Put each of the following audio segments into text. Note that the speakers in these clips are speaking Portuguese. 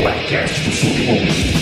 podcast do submundo.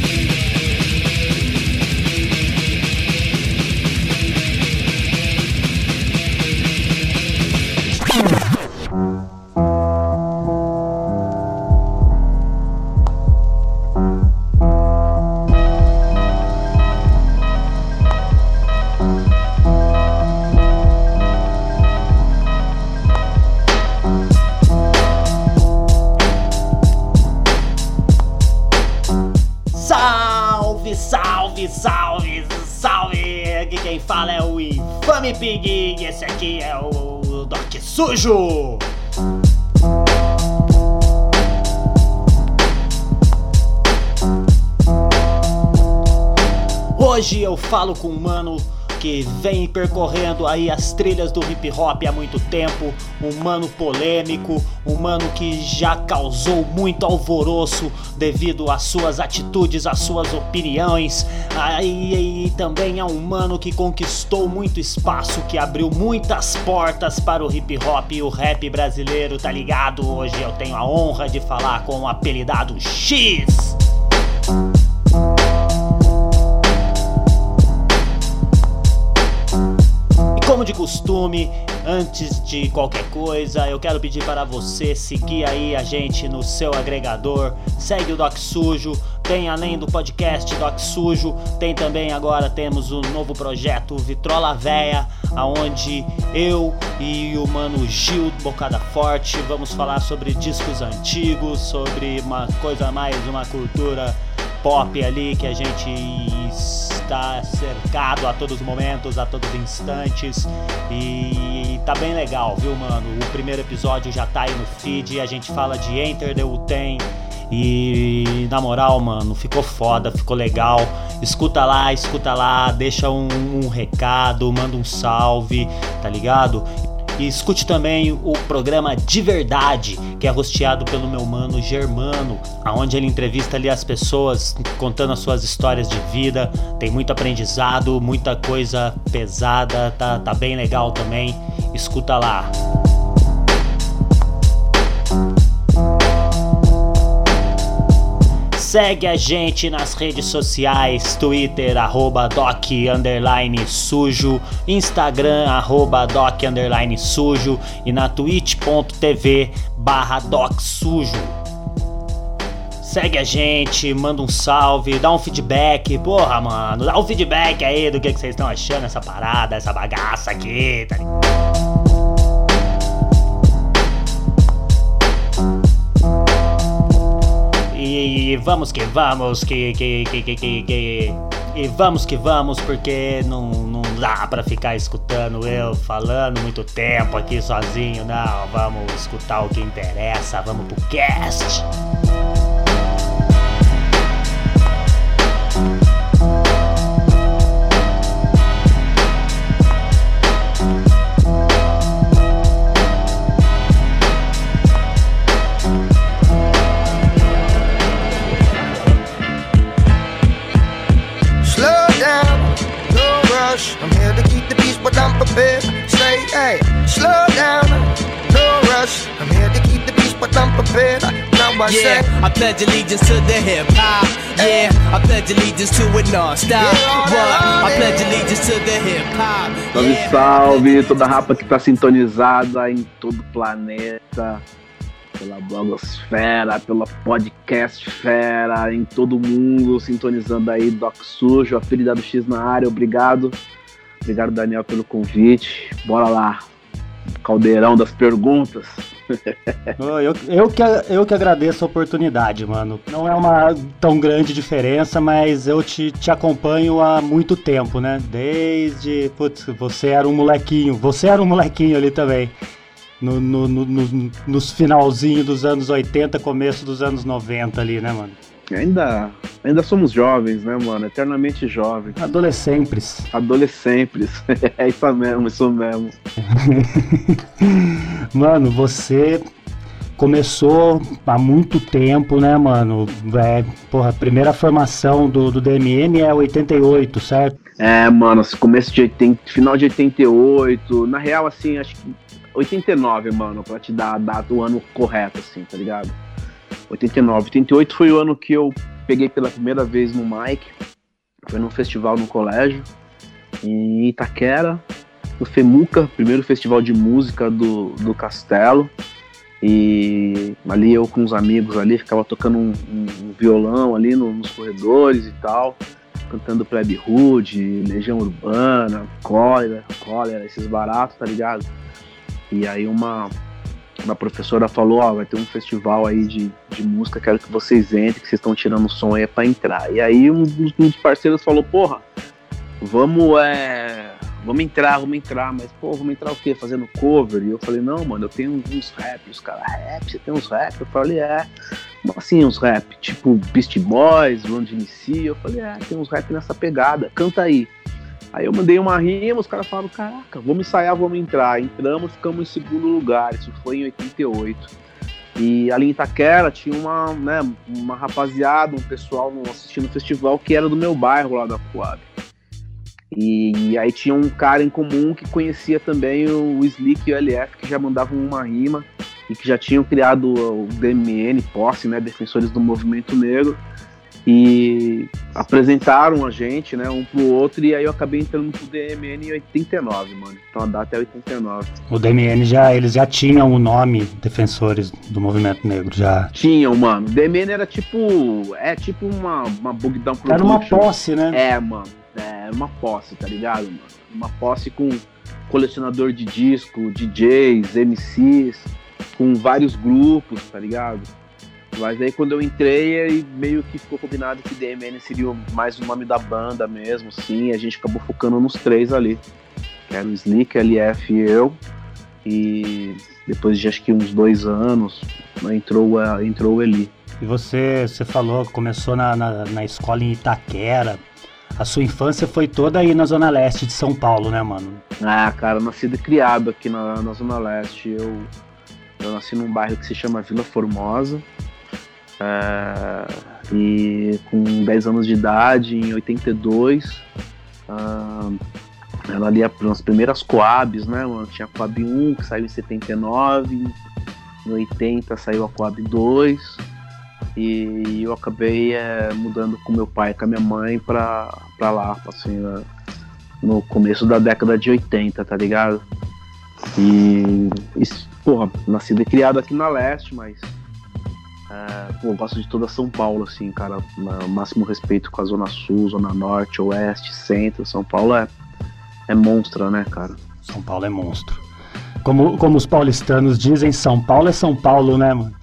Aqui quem fala é o Infame Pig e esse aqui é o Doc Sujo. Hoje eu falo com um mano que vem percorrendo aí as trilhas do hip hop há muito tempo, um mano polêmico, um mano que já causou muito alvoroço devido às suas atitudes, às suas opiniões, e também é um mano que conquistou muito espaço, que abriu muitas portas para o hip hop e o rap brasileiro, tá ligado? Hoje eu tenho a honra de falar com o apelidado X. Como de costume, antes de qualquer coisa, eu quero pedir para você seguir aí a gente no seu agregador, segue o Doc Sujo, tem além do podcast Doc Sujo, tem também agora temos o novo projeto Vitrola Véia, aonde eu e o mano Gil Bocada Forte vamos falar sobre discos antigos, sobre uma coisa mais, uma cultura pop ali que a gente está cercado a todos os momentos, a todos os instantes, e tá bem legal, viu, mano? O primeiro episódio já tá aí no feed, a gente fala de Enter the Wu-Tang e na moral, mano, ficou foda, ficou legal. Escuta lá, deixa um recado, manda um salve, tá ligado? E escute também o programa De Verdade, que é hosteado pelo meu mano Germano, onde ele entrevista ali as pessoas, contando as suas histórias de vida. Tem muito aprendizado, muita coisa pesada, tá bem legal também. Escuta lá. Segue a gente nas redes sociais, Twitter, @doc_sujo, Instagram, @doc_sujo e na twitch.tv/docsujo. Segue a gente, manda um salve, dá um feedback, porra, mano, dá um feedback aí do que vocês estão achando dessa parada, essa bagaça aqui, tá ligado? E vamos que vamos, e vamos que vamos, porque não dá pra ficar escutando eu falando muito tempo aqui sozinho, não. Vamos escutar o que interessa, vamos pro cast. I'm here to keep the peace, but I'm prepared. Say, hey, slow down, no rush. I'm here to keep the peace, but I'm prepared. Now I say, I pledge allegiance to the hip hop. Yeah, I pledge allegiance to it non-stop. What? I pledge allegiance to the hip hop. Salve, salve, toda a rapa que tá sintonizada em todo o planeta, pela blogosfera, pela podcastfera, em todo mundo, sintonizando aí Doc Sujo, apelidado X na área, obrigado. Obrigado, Daniel, pelo convite. Bora lá, caldeirão das perguntas. Eu que agradeço a oportunidade, mano. Não é uma tão grande diferença, mas eu te acompanho há muito tempo, né? Desde, você era um molequinho ali também. Nos finalzinho dos anos 80, começo dos anos 90 ali, né, mano? Ainda somos jovens, né, mano? Eternamente jovens. Adolescentes. É isso mesmo. Mano, você começou há muito tempo, né, mano? A primeira formação do DMM é 88, certo? É, mano, final de 88, na real, assim, acho que 89, mano, pra te dar a data, o ano correto, assim, tá ligado? 89. 88 foi o ano que eu peguei pela primeira vez no mic. Foi num festival no colégio, em Itaquera, no FEMUCA, primeiro festival de música do Castelo. E ali eu com os amigos ali, ficava tocando um violão ali nos corredores e tal, cantando Plebe Rude, Legião Urbana, Cólera, esses baratos, tá ligado? E aí uma professora falou, ó, vai ter um festival aí de música, quero que vocês entrem, que vocês estão tirando som aí pra entrar. E aí um dos parceiros falou, porra, vamos entrar, mas pô, vamos entrar o quê? Fazendo cover? E eu falei, não, mano, eu tenho uns rap. Os caras, rap? Você tem uns rap? Eu falei, como assim uns rap? Tipo Beastie Boys, Run DMC? Eu falei, tem uns rap nessa pegada, canta aí. Aí eu mandei uma rima, os caras falaram, caraca, vamos ensaiar, vamos entrar. Entramos, ficamos em segundo lugar, isso foi em 88. E ali em Itaquera tinha uma rapaziada, um pessoal assistindo o festival que era do meu bairro lá da Coab. E aí tinha um cara em comum que conhecia também o Slick e o LF, que já mandavam uma rima e que já tinham criado o DMN, Posse, né, Defensores do Movimento Negro, e apresentaram a gente, né, um pro outro, e aí eu acabei entrando pro DMN em 89, mano. Então a data é 89. O DMN eles já tinham o nome Defensores do Movimento Negro, já. Tinham, mano. O DMN era tipo uma Bug Down Production. Era uma posse, né? Mano. É uma posse, tá ligado, mano? Uma posse com colecionador de disco, DJs, MCs, com vários grupos, tá ligado? Mas aí quando eu entrei, aí meio que ficou combinado que DMN seria mais o nome da banda mesmo, sim, e a gente acabou focando nos três ali. Que era o Slick, LF e eu. E depois de acho que uns 2 anos, entrou o Eli. E você falou, começou na escola em Itaquera. A sua infância foi toda aí na Zona Leste de São Paulo, né, mano? Cara, nascido e criado aqui na Zona Leste. Eu nasci num bairro que se chama Vila Formosa. E com 10 anos de idade, em 82, era ali as primeiras Coabs, né, mano? Tinha a Coab 1, que saiu em 79, em 80 saiu a Coab 2, e eu acabei mudando com meu pai e com a minha mãe pra lá, assim, no começo da década de 80, tá ligado? E porra, nascido e criado aqui na Leste, mas eu gosto de toda São Paulo, assim, cara. Máximo respeito com a Zona Sul, Zona Norte, Oeste, Centro. São Paulo é monstro, né, cara? São Paulo é monstro. Como os paulistanos dizem, São Paulo é São Paulo, né, mano?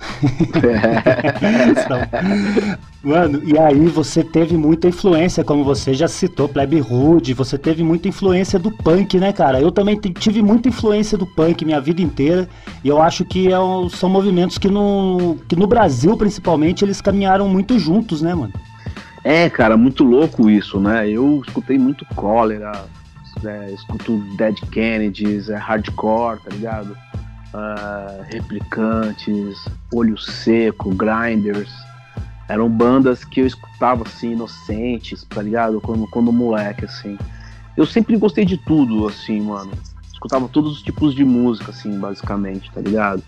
Mano, e aí você teve muita influência, como você já citou, Plebe Rude, você teve muita influência do punk, né, cara? Eu também tive muita influência do punk minha vida inteira, e eu acho que são movimentos que no Brasil, principalmente, eles caminharam muito juntos, né, mano? Cara, muito louco isso, né? Eu escutei muito Cólera, escuto Dead Kennedys, hardcore, tá ligado? Replicantes, Olho Seco, Grinders. Eram bandas que eu escutava, assim, inocentes, tá ligado? Quando moleque, assim. Eu sempre gostei de tudo, assim, mano. Escutava todos os tipos de música, assim, basicamente, tá ligado?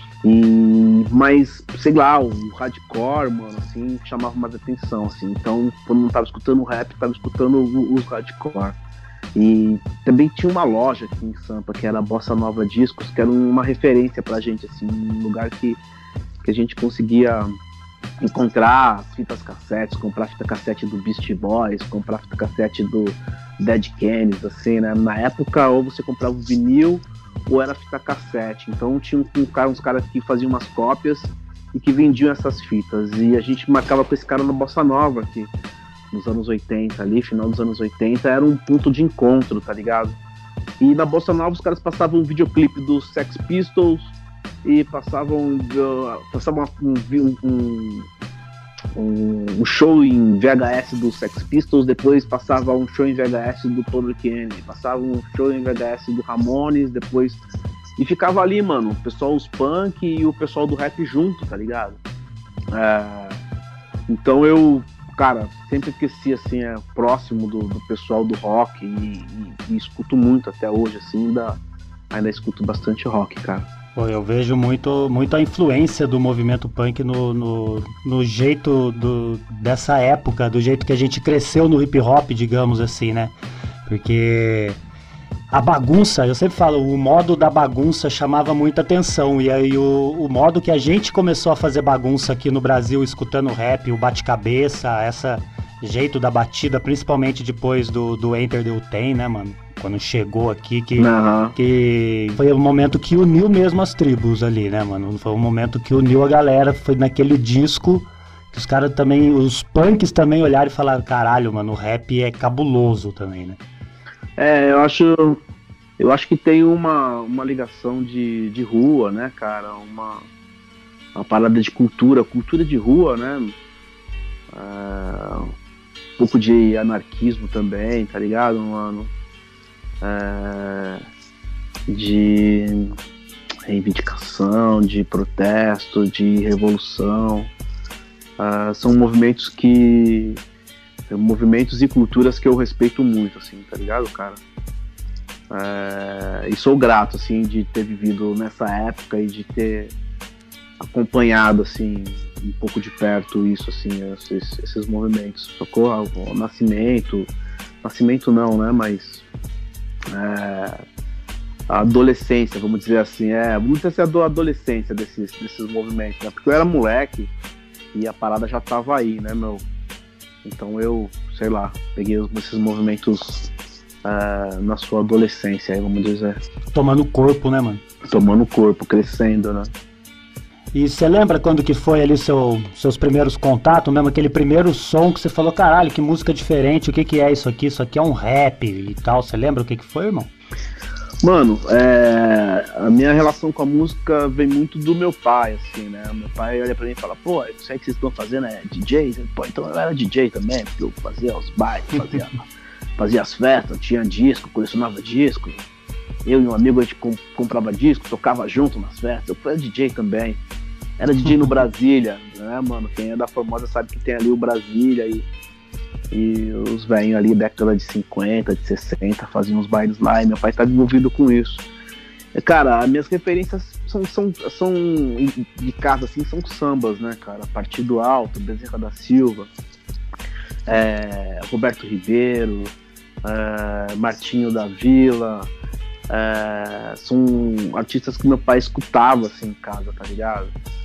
Mas, sei lá, o hardcore, mano, assim, chamava mais atenção, assim. Então, quando não tava escutando rap, tava escutando os hardcore. E também tinha uma loja aqui em Sampa, que era a Bossa Nova Discos, que era uma referência pra gente, assim, um lugar que a gente conseguia encontrar fitas cassetes, comprar fita cassete do Beastie Boys, comprar fita cassete do Dead Kennedys, assim, né? Na época, ou você comprava o vinil, ou era fita cassete. Então tinha uns caras que faziam umas cópias e que vendiam essas fitas. E a gente marcava com esse cara na Bossa Nova, que nos anos 80 ali, final dos anos 80, era um ponto de encontro, tá ligado? E na Bossa Nova os caras passavam um videoclipe dos Sex Pistols e passavam um show em VHS dos Sex Pistols, depois passava um show em VHS do Public Enemy, passava um show em VHS do Ramones, depois... E ficava ali, mano, o pessoal, os punk e o pessoal do rap junto, tá ligado? Então eu, cara, sempre esqueci, assim, próximo do pessoal do rock e escuto muito até hoje, assim, ainda escuto bastante rock, cara. Pô, eu vejo muito a influência do movimento punk no jeito dessa época, do jeito que a gente cresceu no hip hop, digamos assim, né? Porque a bagunça, eu sempre falo, o modo da bagunça chamava muita atenção. E aí o modo que a gente começou a fazer bagunça aqui no Brasil, escutando rap, o bate-cabeça, esse jeito da batida, principalmente depois do Enter the Wu-Tang, né, mano? Quando chegou aqui, que foi o momento que uniu mesmo as tribos ali, né, mano? Foi um momento que uniu a galera, foi naquele disco que os caras também, os punks também olharam e falaram, caralho, mano, o rap é cabuloso também, né? Eu acho que tem uma ligação de rua, né, cara? Uma parada de cultura de rua, né? Um pouco de anarquismo também, tá ligado, mano? De reivindicação, de protesto, de revolução. São movimentos e culturas que eu respeito muito, assim, tá ligado, cara? E sou grato, assim, de ter vivido nessa época e de ter acompanhado, assim, um pouco de perto isso, assim, esses movimentos. Socorro, o nascimento não, né, mas a adolescência, vamos dizer assim, vamos dizer assim, a adolescência desses movimentos, né, porque eu era moleque e a parada já tava aí, né, meu? Então eu, sei lá, peguei esses movimentos na sua adolescência, aí vamos dizer. Tomando corpo, né, mano? Tomando corpo, crescendo, né? E você lembra quando que foi ali seus primeiros contatos, mesmo aquele primeiro som que você falou, caralho, que música diferente, o que é isso aqui? Isso aqui é um rap e tal, você lembra o que foi, irmão? Mano, a minha relação com a música vem muito do meu pai, assim, né? Meu pai olha pra mim e fala, pô, isso aí que vocês estão fazendo é DJ? Pô, então eu era DJ também, porque eu fazia os bailes, fazia as festas, tinha disco, colecionava disco. Eu e um amigo, a gente comprava disco, tocava junto nas festas. Eu era DJ também. Era DJ no Brasília, né, mano? Quem é da Formosa sabe que tem ali o Brasília e os velhinhos ali, década de 50, de 60, faziam uns bailes lá e meu pai tá envolvido com isso. Cara, as minhas referências são de casa, assim, são sambas, né, cara? Partido Alto, Bezerra da Silva, Roberto Ribeiro, Martinho da Vila. São artistas que meu pai escutava, assim, em casa, tá ligado?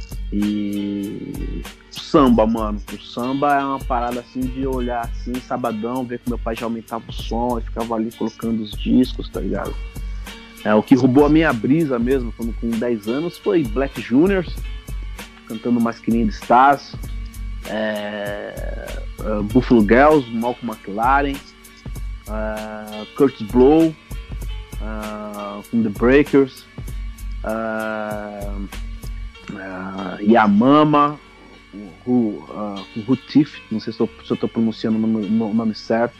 E o samba, mano, o samba é uma parada, assim, de olhar, assim, sabadão, ver que meu pai já aumentava o som e ficava ali colocando os discos, tá ligado? O que roubou a minha brisa mesmo, quando com 10 anos, foi Black Juniors, cantando Masquininha de Stars, Buffalo Girls, Malcolm McLaren, Curtis Blow, com The Breakers, Yamama, Rutif, não sei se eu estou pronunciando o nome certo,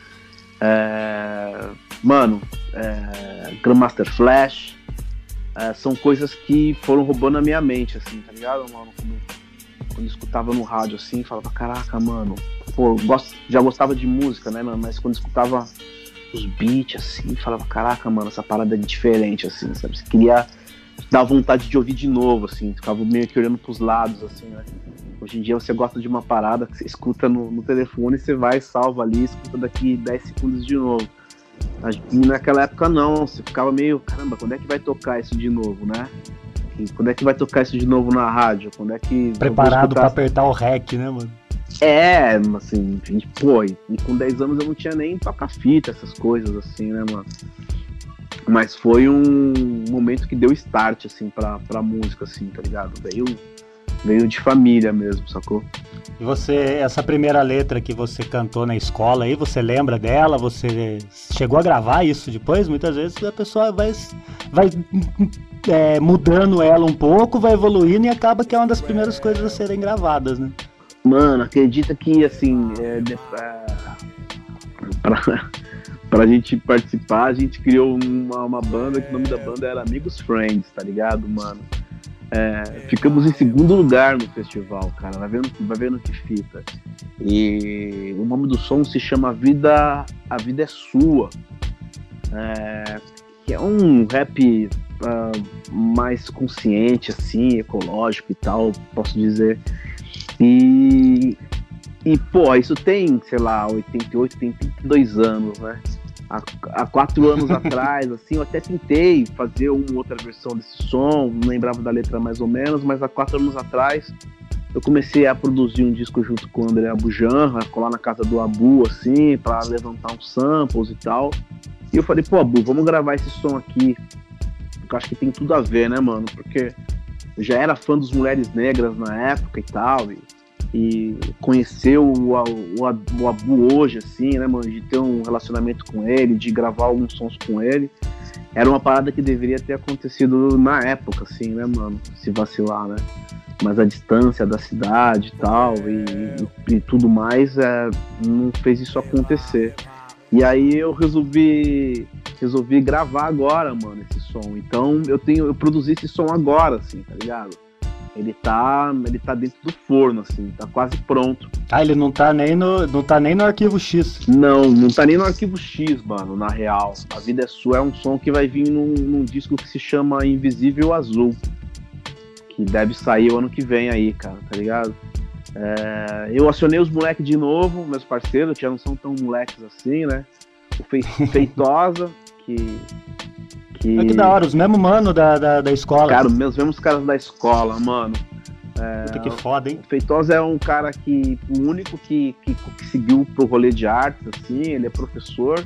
mano, Grandmaster Flash, são coisas que foram roubando a minha mente, assim, tá ligado, mano? Quando eu escutava no rádio, assim, falava, caraca, mano, pô, já gostava de música, né, mas quando eu escutava os beats, assim, falava, caraca, mano, essa parada é diferente, assim, sabe? Você queria dar vontade de ouvir de novo, assim, ficava meio que olhando pros lados, assim, né? Hoje em dia você gosta de uma parada que você escuta no telefone, você vai, salva ali, escuta daqui 10 segundos de novo. E naquela época não, você ficava meio, caramba, quando é que vai tocar isso de novo, né? E quando é que vai tocar isso de novo na rádio? Quando é que... Preparado pra apertar o REC, né, mano? Assim, pô, e com 10 anos eu não tinha nem toca-fita, essas coisas, assim, né, mano? Mas foi um momento que deu start, assim, pra música, assim, tá ligado? Veio de família mesmo, sacou? E você, essa primeira letra que você cantou na escola aí, você lembra dela? Você chegou a gravar isso depois? Muitas vezes a pessoa vai mudando ela um pouco, vai evoluindo e acaba que é uma das primeiras coisas a serem gravadas, né? Mano, acredita que, assim, pra gente participar, a gente criou uma banda, que o nome da banda era Amigos Friends, tá ligado, mano? Ficamos em segundo lugar no festival, cara, vai vendo que fita. E o nome do som se chama A Vida é Sua, que é um rap mais consciente, assim, ecológico e tal, posso dizer. E pô, isso tem, sei lá, 88, tem 32 anos, né? Há 4 anos atrás, assim, eu até tentei fazer uma outra versão desse som, não lembrava da letra mais ou menos, mas há 4 anos atrás eu comecei a produzir um disco junto com o André Abujanra, colar na casa do Abu, assim, pra levantar uns samples e tal. E eu falei, pô, Abu, vamos gravar esse som aqui, porque eu acho que tem tudo a ver, né, mano? Porque eu já era fã dos Mulheres Negras na época e tal, e conhecer o Abu hoje, assim, né, mano, de ter um relacionamento com ele, de gravar alguns sons com ele, era uma parada que deveria ter acontecido na época, assim, né, mano, se vacilar, né, mas a distância da cidade e tal, e tudo mais, não fez isso acontecer. E aí eu resolvi gravar agora, mano, esse som. Então eu produzi esse som agora, assim, tá ligado? Ele tá dentro do forno, assim, tá quase pronto. Ah, ele não tá nem no arquivo X. Não tá nem no arquivo X, mano, na real. A Vida é Sua é um som que vai vir num disco que se chama Invisível Azul, que deve sair o ano que vem aí, cara, tá ligado? Eu acionei os moleques de novo, meus parceiros, que já não são tão moleques assim, né? O Feitosa, que da hora, os mesmos mano da escola. Cara, os mesmos caras da escola, mano. Puta que foda, hein? O Feitosa é um cara o único que seguiu pro rolê de artes, assim, ele é professor.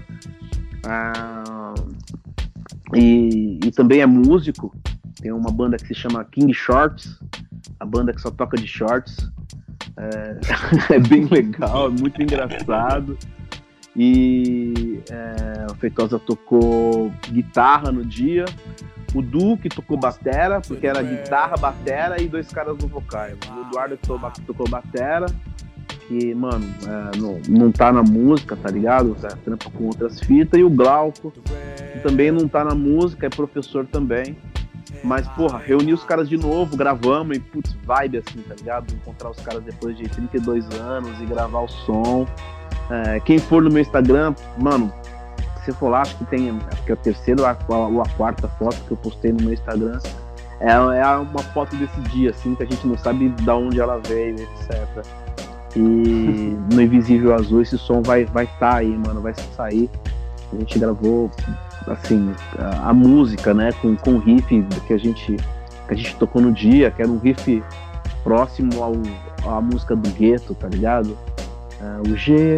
E também é músico. Tem uma banda que se chama King Shorts, a banda que só toca de shorts. É bem legal, é muito engraçado. E o Feitosa tocou guitarra no dia, o Duque tocou batera, porque era guitarra, batera e 2 caras no vocais. O Eduardo tocou batera, que, mano, não tá na música, tá ligado? Trampa com outras fitas. E o Glauco, que também não tá na música, é professor também. Mas, porra, reuni os caras de novo, gravamos e, putz, vibe assim, tá ligado? Encontrar os caras depois de 32 anos e gravar o som. Quem for no meu Instagram, mano, se for lá, acho que tem, acho que é a terceira ou a quarta foto que eu postei no meu Instagram. É uma foto desse dia, assim, que a gente não sabe de onde ela veio, etc. E no Invisível Azul esse som vai tá aí, mano, vai sair. A gente gravou, assim, a música, né, com o riff que a gente tocou no dia, que era um riff próximo à música do Gueto, tá ligado? O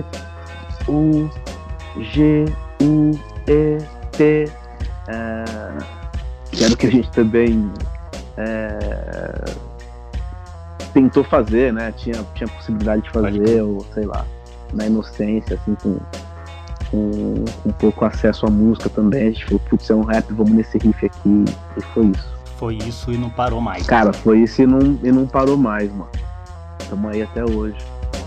G-U-G-U-E-T, que era o que a gente também tentou fazer, né? Tinha possibilidade de fazer, ou sei lá, na inocência, assim, com pouco acesso à música também. A gente falou, putz, é um rap, vamos nesse riff aqui, e foi isso. Foi isso e não parou mais. Cara, foi isso e não parou mais, mano. Tamo aí até hoje.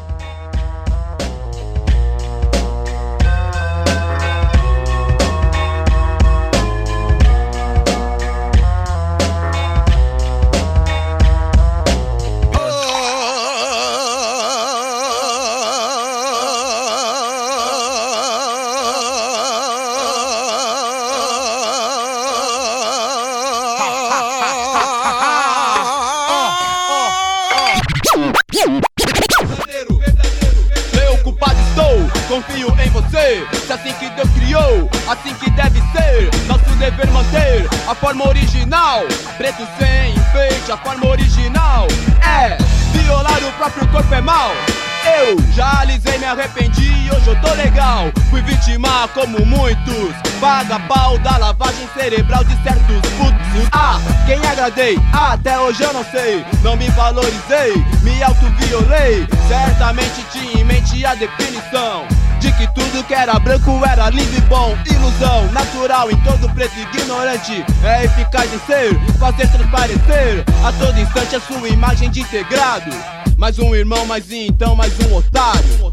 Confio em você, se assim que Deus criou, assim que deve ser. Nosso dever manter a forma original, preto sem enfeite, a forma original. Violar o próprio corpo é mal. Eu já alisei, me arrependi, hoje eu tô legal. Fui vítima como muitos, paga pau da lavagem cerebral de certos putos. Quem agradei? Até hoje eu não sei. Não me valorizei, me autoviolei. Certamente tinha em mente a definição de que tudo que era branco era lindo e bom. Ilusão natural em todo preto ignorante. É eficaz em ser, fazer transparecer a todo instante a sua imagem de integrado. Mais um irmão, mais então mais um otário.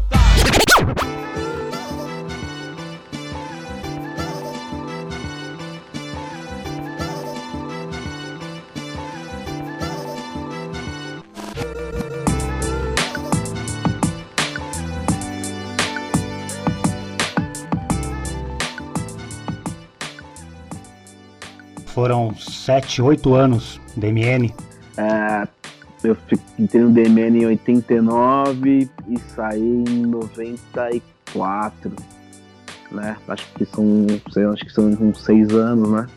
foram 7, 8 anos DMN. Eu entrei no DMN em 89 e saí em 94, né? Acho que são uns 6 anos, né?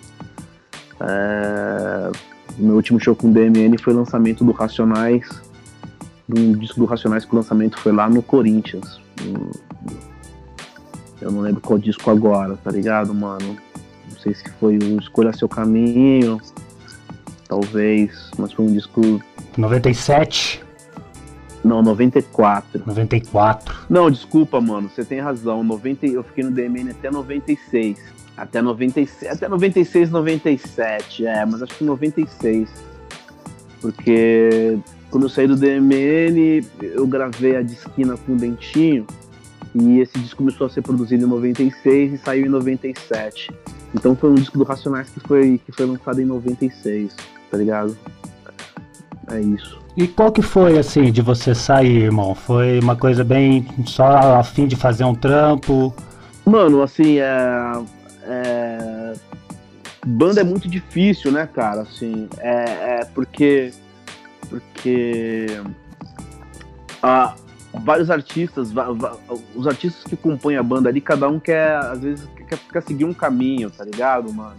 Meu último show com o DMN foi o lançamento do Racionais, um disco do Racionais, que o lançamento foi lá no Corinthians. Eu não lembro qual disco agora, tá ligado, mano? Não sei se foi o Escolha Seu Caminho, talvez, mas foi um disco... 97? Não, 94. 94. Não, desculpa, mano, você tem razão. Eu fiquei no DMN até 96. Até 96, 97, mas acho que 96. Porque quando eu saí do DMN, eu gravei a Disquina com o Dentinho, e esse disco começou a ser produzido em 96 e saiu em 97. Então foi um disco do Racionais que foi lançado em 96, tá ligado? É isso. E qual que foi, assim, de você sair, irmão? Foi uma coisa bem só a fim de fazer um trampo? Mano, assim, banda é muito difícil, né, cara? Assim, porque vários artistas, os artistas que compõem a banda ali, cada um quer, às vezes, quer seguir um caminho, tá ligado, mano?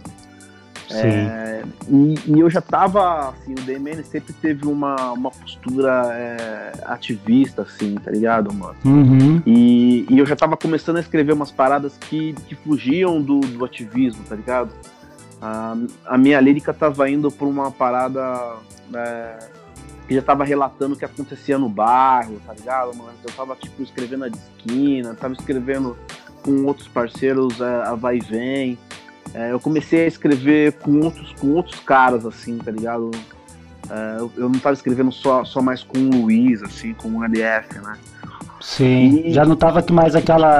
E eu já tava, assim, o DMN sempre teve uma postura ativista, assim, tá ligado, mano? Uhum. E eu já tava começando a escrever umas paradas que fugiam do ativismo, tá ligado? A minha lírica tava indo por uma parada que já tava relatando o que acontecia no bairro, tá ligado, mano? Eu tava, tipo, escrevendo a Disquina, tava escrevendo com outros parceiros a Vai e Vem. Eu comecei a escrever com outros caras, assim, tá ligado? Eu não tava escrevendo só mais com o Luiz, assim, com o LF, né? Sim, já não tava mais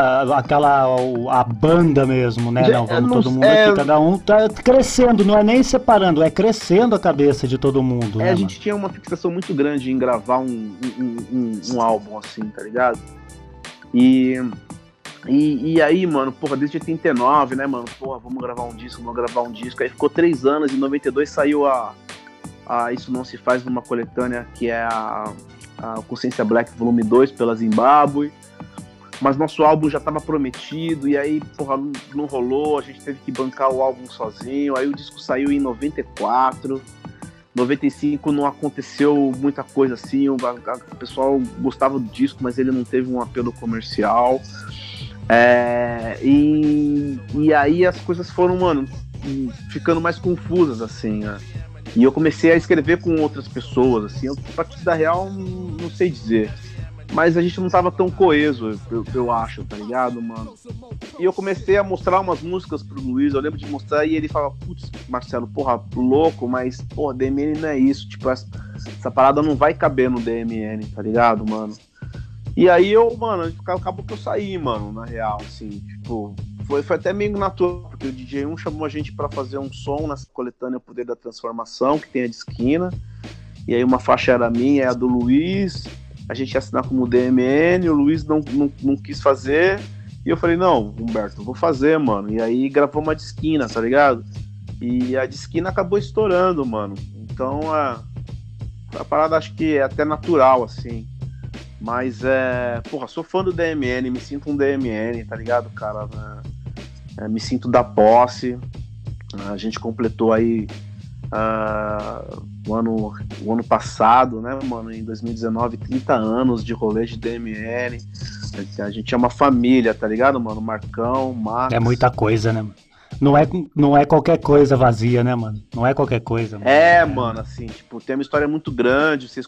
a banda mesmo, né? Não, vamos todo mundo aqui, cada um tá crescendo, não é nem separando, é crescendo a cabeça de todo mundo, né, a gente tinha uma fixação muito grande em gravar um álbum, assim, tá ligado? E aí, mano, porra, desde 89, né, mano, porra, vamos gravar um disco, aí ficou 3 anos, em 92 saiu a Isso Não Se Faz, numa coletânea, que é a Consciência Black Volume 2, pela Zimbábue, mas nosso álbum já tava prometido, e aí, porra, não rolou, a gente teve que bancar o álbum sozinho, aí o disco saiu em 94, 95 não aconteceu muita coisa assim, o pessoal gostava do disco, mas ele não teve um apelo comercial. E aí as coisas foram, mano, ficando mais confusas, assim, né? E eu comecei a escrever com outras pessoas, assim, a partir da real, não sei dizer. Mas a gente não tava tão coeso, eu acho, tá ligado, mano? E eu comecei a mostrar umas músicas pro Luiz, eu lembro de mostrar, e ele fala, putz, Marcelo, porra, louco, mas, porra, DMN não é isso, tipo, essa parada não vai caber no DMN, tá ligado, mano? E aí acabou que eu saí, mano, na real, assim, tipo, foi até meio natural, porque o DJ1 chamou a gente pra fazer um som nessa coletânea O Poder da Transformação, que tem a Disquina, e aí uma faixa era minha, é a do Luiz, a gente ia assinar como DMN, o Luiz não quis fazer, e eu falei, não, Humberto, eu vou fazer, mano, e aí gravou uma Disquina, tá ligado? E a Disquina acabou estourando, mano, então a parada acho que é até natural, assim. Mas porra, sou fã do DMN, me sinto um DMN, tá ligado, cara? Me sinto da posse. A gente completou aí o ano passado, né, mano? Em 2019, 30 anos de rolê de DMN. A gente é uma família, tá ligado, mano? Marcão, Max. É muita coisa, né? Não é qualquer coisa vazia, né, mano? Não é qualquer coisa. Mano. Mano, assim, tipo, tem uma história muito grande. Você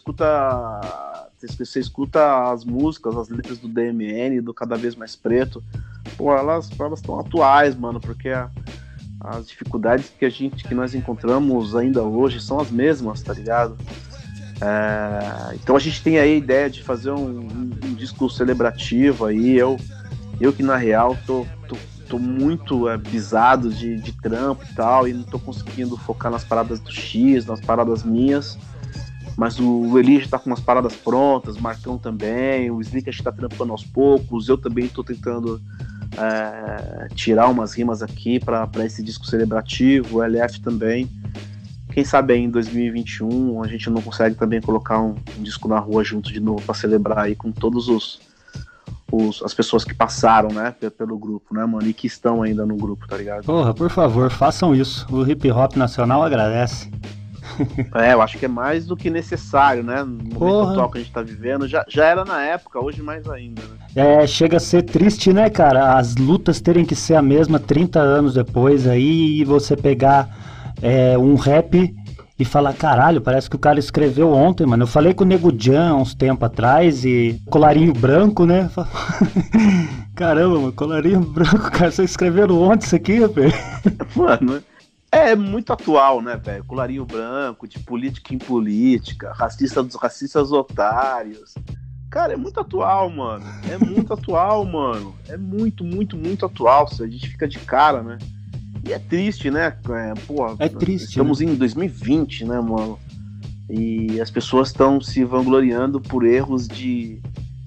escuta as músicas, as letras do DMN, do Cada Vez Mais Preto, pô, elas estão atuais, mano, porque as dificuldades que nós encontramos ainda hoje são as mesmas, tá ligado? Então a gente tem aí a ideia de fazer um disco celebrativo aí, eu que na real tô muito bisado de trampo e tal, e não tô conseguindo focar nas paradas do X, nas paradas minhas. Mas o Eli já tá com umas paradas prontas, o Marcão também, o Slick tá trampando aos poucos, eu também tô tentando tirar umas rimas aqui para esse disco celebrativo, o LF também. Quem sabe aí em 2021 a gente não consegue também colocar um disco na rua junto de novo para celebrar aí com todos as pessoas que passaram, né, pelo grupo, né, mano, e que estão ainda no grupo, tá ligado? Porra, por favor, façam isso. O hip hop nacional agradece. Eu acho que é mais do que necessário, né, no momento atual que a gente tá vivendo. Já era na época, hoje mais ainda, né? Chega a ser triste, né, cara, as lutas terem que ser a mesma 30 anos depois aí, e você pegar um rap e falar, caralho, parece que o cara escreveu ontem, mano. Eu falei com o Nego Jan uns tempos atrás, e colarinho branco, né? Caramba, mano, colarinho branco, cara, vocês escreveram ontem isso aqui, velho? Mano, é muito atual, né, velho? Colarinho branco, de política em política, racista dos racistas otários. Cara, é muito atual, mano. É muito atual, mano. É muito, muito, muito atual. A gente fica de cara, né? E é triste, né? É triste. Estamos em 2020, né, mano? E as pessoas estão se vangloriando por erros de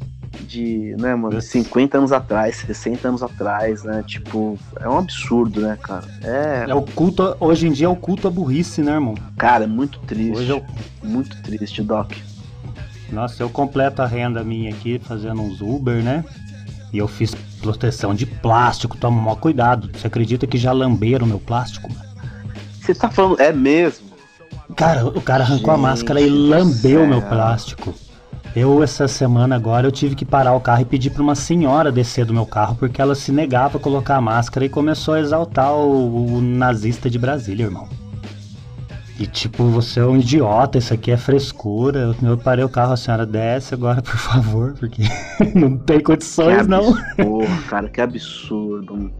né, mano, 50 anos atrás, 60 anos atrás, né? Tipo, é um absurdo, né, cara? O culto, hoje em dia é o culto à burrice, né, irmão? Cara, é muito triste. Hoje Muito triste, Doc. Nossa, eu completo a renda minha aqui fazendo uns Uber, né? E eu fiz proteção de plástico, toma maior cuidado. Você acredita que já lamberam meu plástico? Você tá falando, é mesmo? Cara, o cara arrancou a máscara e lambeu meu plástico. Essa semana agora, eu tive que parar o carro e pedir pra uma senhora descer do meu carro, porque ela se negava a colocar a máscara e começou a exaltar o nazista de Brasília, irmão. E tipo, você é um idiota, isso aqui é frescura. Eu parei o carro, a senhora desce agora, por favor, porque não tem condições, não. Porra, cara, que absurdo.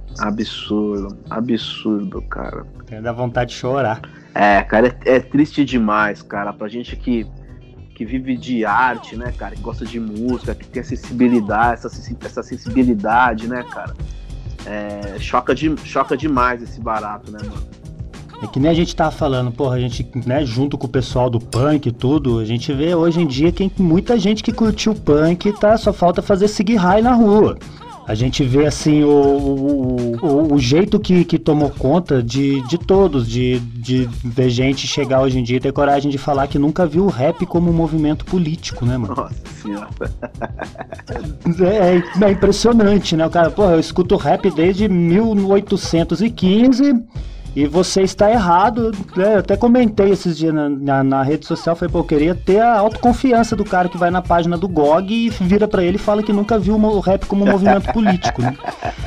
Absurdo, cara. Dá vontade de chorar. Cara, é triste demais, cara. Pra gente que vive de arte, né, cara, que gosta de música, que tem acessibilidade, essa sensibilidade, né, cara. Choca demais esse barato, né, mano? É que nem a gente tava falando, porra, a gente, né, junto com o pessoal do punk e tudo, a gente vê hoje em dia que muita gente que curtiu punk, tá, só falta fazer seguir high na rua. A gente vê, assim, o jeito que tomou conta de todos, de ver gente chegar hoje em dia e ter coragem de falar que nunca viu o rap como um movimento político, né, mano? Nossa senhora. É impressionante, né, o cara, porra, eu escuto rap desde 1815... E você está errado, né? Eu até comentei esses dias na rede social, falei, pô, eu queria ter a autoconfiança do cara que vai na página do GOG e vira pra ele e fala que nunca viu o rap como um movimento político, né?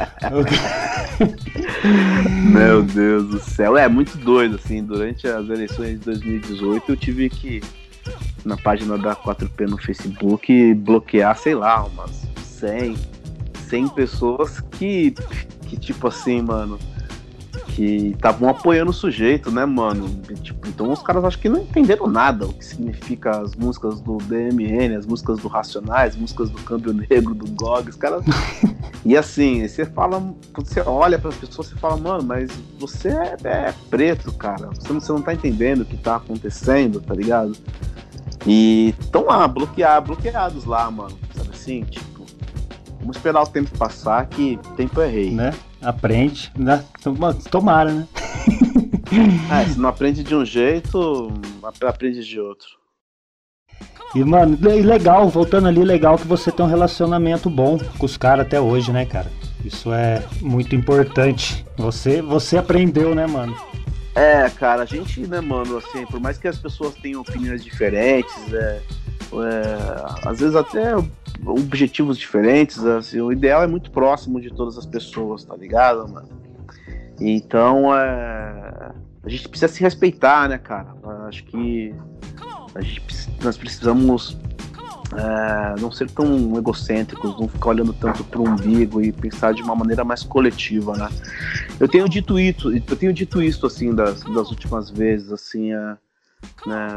Meu Deus do céu, é muito doido, assim, durante as eleições de 2018 eu tive que, na página da 4P no Facebook, bloquear, sei lá, umas 100 pessoas que tipo assim, mano, que estavam apoiando o sujeito, né, mano? Tipo, então os caras acho que não entenderam nada o que significa as músicas do DMN, as músicas do Racionais, as músicas do Câmbio Negro, do GOG, os caras... E assim, você olha para as pessoas, você fala, mano, mas você é preto, cara, você não tá entendendo o que tá acontecendo, tá ligado? E estão lá, bloqueados lá, mano, sabe assim, tipo, vamos esperar o tempo passar, que tempo é rei. Né? Aprende, né? Tomara, né? Se não aprende de um jeito, aprende de outro. E, mano, legal, voltando ali, legal que você tem um relacionamento bom com os caras até hoje, né, cara? Isso é muito importante. Você aprendeu, né, mano? Cara, a gente, né, mano, assim, por mais que as pessoas tenham opiniões diferentes, às vezes até objetivos diferentes, assim, o ideal é muito próximo de todas as pessoas, tá ligado, mano? Então, a gente precisa se respeitar, né, cara? Acho que nós precisamos não ser tão egocêntricos, não ficar olhando tanto pro umbigo e pensar de uma maneira mais coletiva, né? Eu tenho dito isso assim, das últimas vezes, assim, né,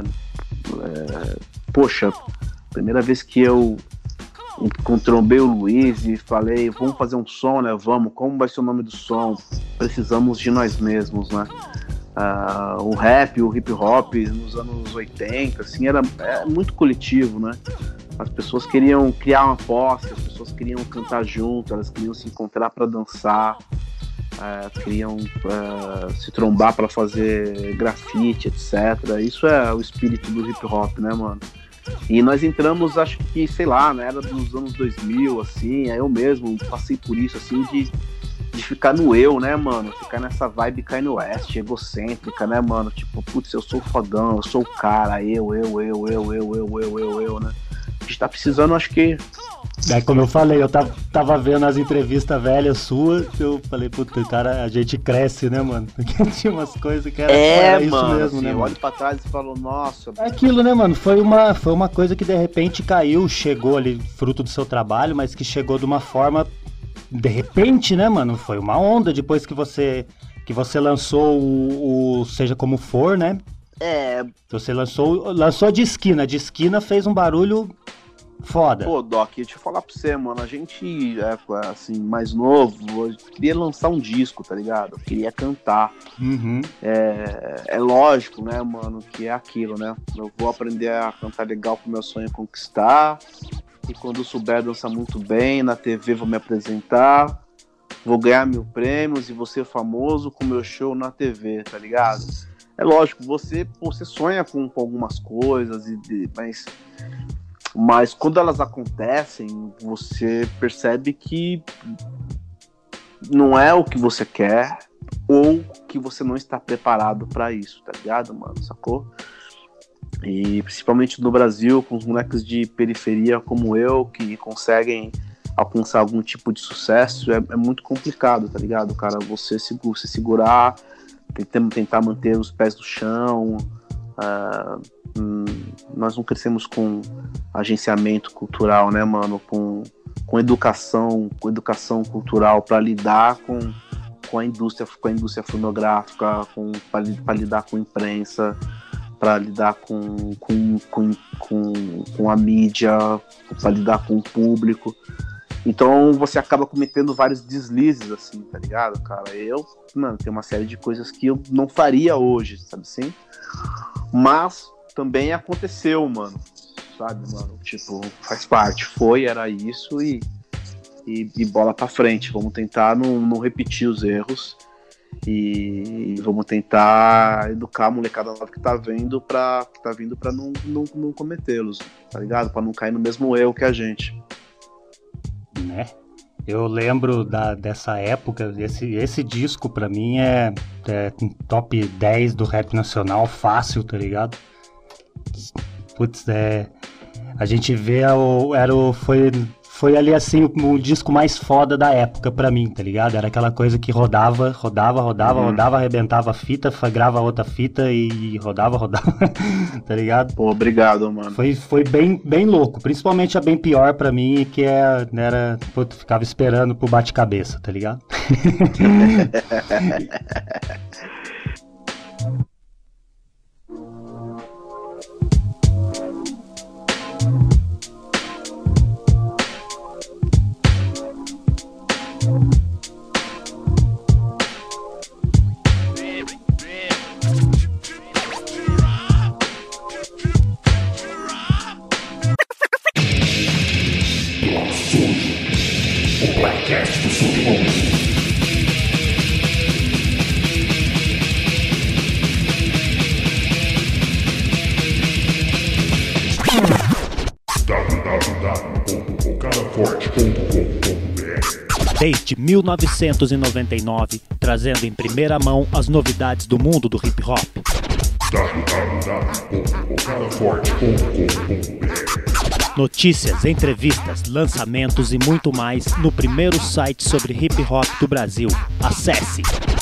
poxa, primeira vez que eu encontrei o Luiz e falei, vamos fazer um som, né? Vamos, como vai ser o nome do som? Precisamos de nós mesmos, né? O rap, o hip hop nos anos 80, assim, era muito coletivo, né? As pessoas queriam criar uma posse, as pessoas queriam cantar junto, elas queriam se encontrar para dançar, queriam se trombar para fazer grafite, etc. Isso é o espírito do hip hop, né, mano? E nós entramos, acho que, sei lá, na era dos anos 2000, assim, eu mesmo passei por isso, assim, de ficar no eu, né, mano? Ficar nessa vibe Kanye West, egocêntrica, né, mano? Tipo, putz, eu sou o fodão, eu sou o cara, eu, né? A gente tá precisando, acho que... Como eu falei, eu tava vendo as entrevistas velhas suas, eu falei, puta, cara, a gente cresce, né, mano? Porque tinha umas coisas que era isso mano, mesmo, assim, né, eu mano? olho pra trás e falo, nossa... É aquilo, né, mano? Foi uma coisa que de repente caiu, chegou ali, fruto do seu trabalho, mas que chegou de uma forma, de repente, né, mano? Foi uma onda depois que você lançou o Seja Como For, né? Você lançou de esquina fez um barulho foda. Pô, Doc, deixa eu falar pra você, mano, a gente, assim, mais novo, eu queria lançar um disco, tá ligado? Eu queria cantar. Uhum. É lógico, né, mano, que é aquilo, né? Eu vou aprender a cantar legal pro meu sonho conquistar, e quando eu souber dançar muito bem, na TV vou me apresentar, vou ganhar 1000 prêmios e vou ser famoso com meu show na TV, tá ligado? É lógico, você sonha com algumas coisas, mas quando elas acontecem, você percebe que não é o que você quer ou que você não está preparado para isso, tá ligado, mano? Sacou? E principalmente no Brasil, com os moleques de periferia como eu, que conseguem alcançar algum tipo de sucesso, é muito complicado, tá ligado, cara? Você segurar, tentar manter os pés no chão. Nós não crescemos com agenciamento cultural, né, mano? Com educação cultural para lidar com a indústria fonográfica, para lidar com a imprensa, para lidar com a mídia, para lidar com o público. Então você acaba cometendo vários deslizes, assim, tá ligado, cara? Tem uma série de coisas que eu não faria hoje, sabe assim? Mas também aconteceu, mano, sabe, mano? Tipo, faz parte, era isso e bola pra frente. Vamos tentar não repetir os erros e vamos tentar educar a molecada nova que tá vindo pra não cometê-los, tá ligado? Pra não cair no mesmo erro que a gente. Né? Eu lembro dessa época, esse disco pra mim é top 10 do rap nacional, fácil, tá ligado? Putz, a gente vê, foi ali assim o disco mais foda da época pra mim, tá ligado? Era aquela coisa que rodava, arrebentava a fita, grava outra fita e rodava, tá ligado? Pô, obrigado, mano. Foi bem, bem louco, principalmente a Bem Pior pra mim, que era, puto, ficava esperando pro bate-cabeça, tá ligado? Desde 1999, trazendo em primeira mão as novidades do mundo do hip hop. Notícias, entrevistas, lançamentos e muito mais no primeiro site sobre hip hop do Brasil. Acesse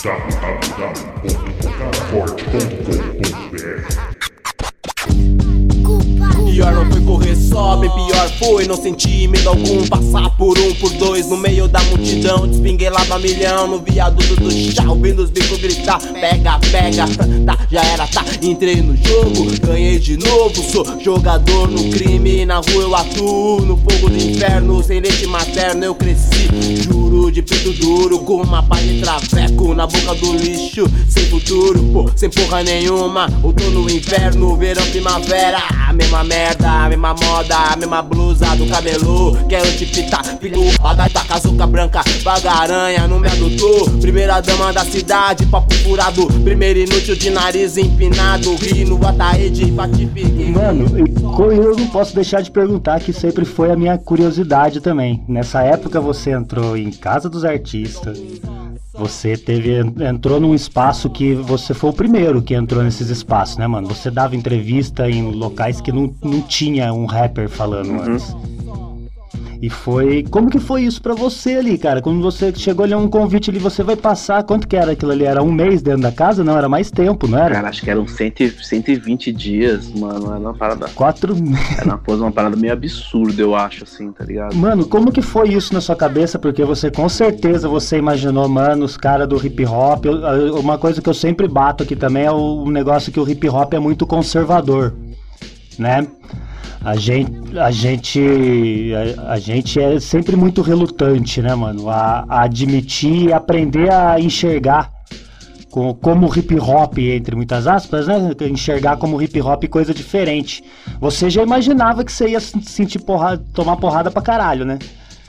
Pior não foi correr só, bem pior foi não sentir medo algum. Passar por por dois no meio da multidão, despinguelado a milhão no viaduto do chá, ouvindo os bicos gritar: pega, pega, tá, já era, tá. Entrei no jogo, ganhei de novo, sou jogador no crime, na rua eu atuo, no fogo do inferno, sem leite materno eu cresci, juro, de peito duro, com uma pá de traveco na boca do lixo, sem futuro, pô, sem porra nenhuma, outono, inverno, verão, primavera, a mesma merda. merda, a mesma moda, a mesma blusa do camelô. Quero te pitar, filho, roda da casuca branca, vagaranha no meu doutor. Primeira dama da cidade, papo furado, primeiro inútil de nariz empinado, ri no Ataíde, bate-pique. Mano, eu não posso deixar de perguntar, que sempre foi a minha curiosidade também. Nessa época você entrou em Casa dos Artistas, você entrou num espaço que você foi o primeiro que entrou nesses espaços, né, mano? Você dava entrevista em locais que não tinha um rapper falando antes. E foi... Como que foi isso pra você ali, cara? Quando você chegou ali, um convite ali, você vai passar... Quanto que era aquilo ali? Era um mês dentro da casa? Não, era mais tempo, não era? Cara, acho que eram 120 dias, mano. Era uma parada... 4 Era uma parada meio absurda, eu acho, assim, tá ligado? Mano, como que foi isso na sua cabeça? Porque você, com certeza, você imaginou, mano, os caras do hip hop... Uma coisa que eu sempre bato aqui também é o negócio que o hip hop é muito conservador, né? A gente é sempre muito relutante, né, mano, a admitir e aprender a enxergar como hip hop, entre muitas aspas, né, enxergar como hip hop coisa diferente. Você já imaginava que você ia sentir porrada, tomar porrada pra caralho, né?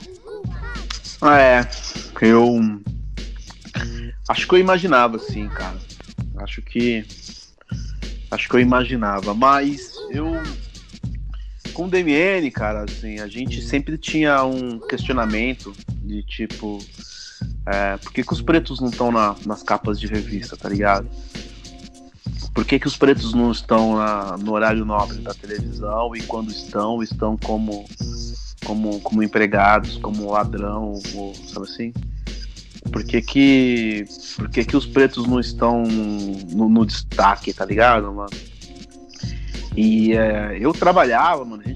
Eu acho que eu imaginava, sim, cara. Acho que eu imaginava, mas com o DMN, cara, assim, a gente sempre tinha um questionamento de tipo, por que os pretos não estão nas capas de revista, tá ligado? Por que os pretos não estão no horário nobre da televisão, e quando estão como empregados, como ladrão, sabe assim? Por que os pretos não estão no destaque, tá ligado, mano? E eu trabalhava, mano,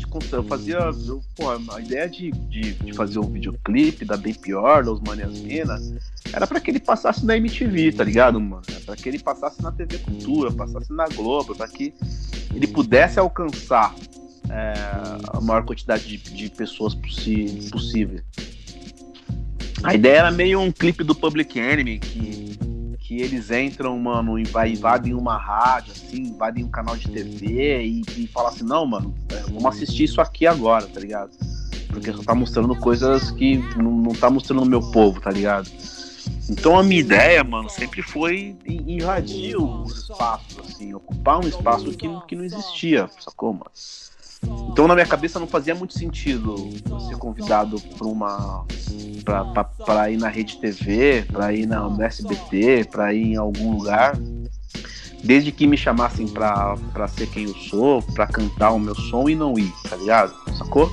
a ideia de fazer um videoclipe da Bem Pior, da Osmani Asmina, era pra que ele passasse na MTV, tá ligado, mano? Era pra que ele passasse na TV Cultura, passasse na Globo, pra que ele pudesse alcançar a maior quantidade de pessoas possível. A ideia era meio um clipe do Public Enemy, que eles entram, mano, e invadem uma rádio, assim, invadem um canal de TV e falam assim, não, mano, vamos assistir isso aqui agora, tá ligado? Porque só tá mostrando coisas que não tá mostrando o meu povo, tá ligado? Então a minha ideia, mano, sempre foi invadir os espaços, assim, ocupar um espaço que não existia, sacou, mano? Então na minha cabeça não fazia muito sentido ser convidado pra ir na Rede TV, pra ir no SBT, pra ir em algum lugar, desde que me chamassem pra ser quem eu sou, pra cantar o meu som e não ir, tá ligado? Sacou?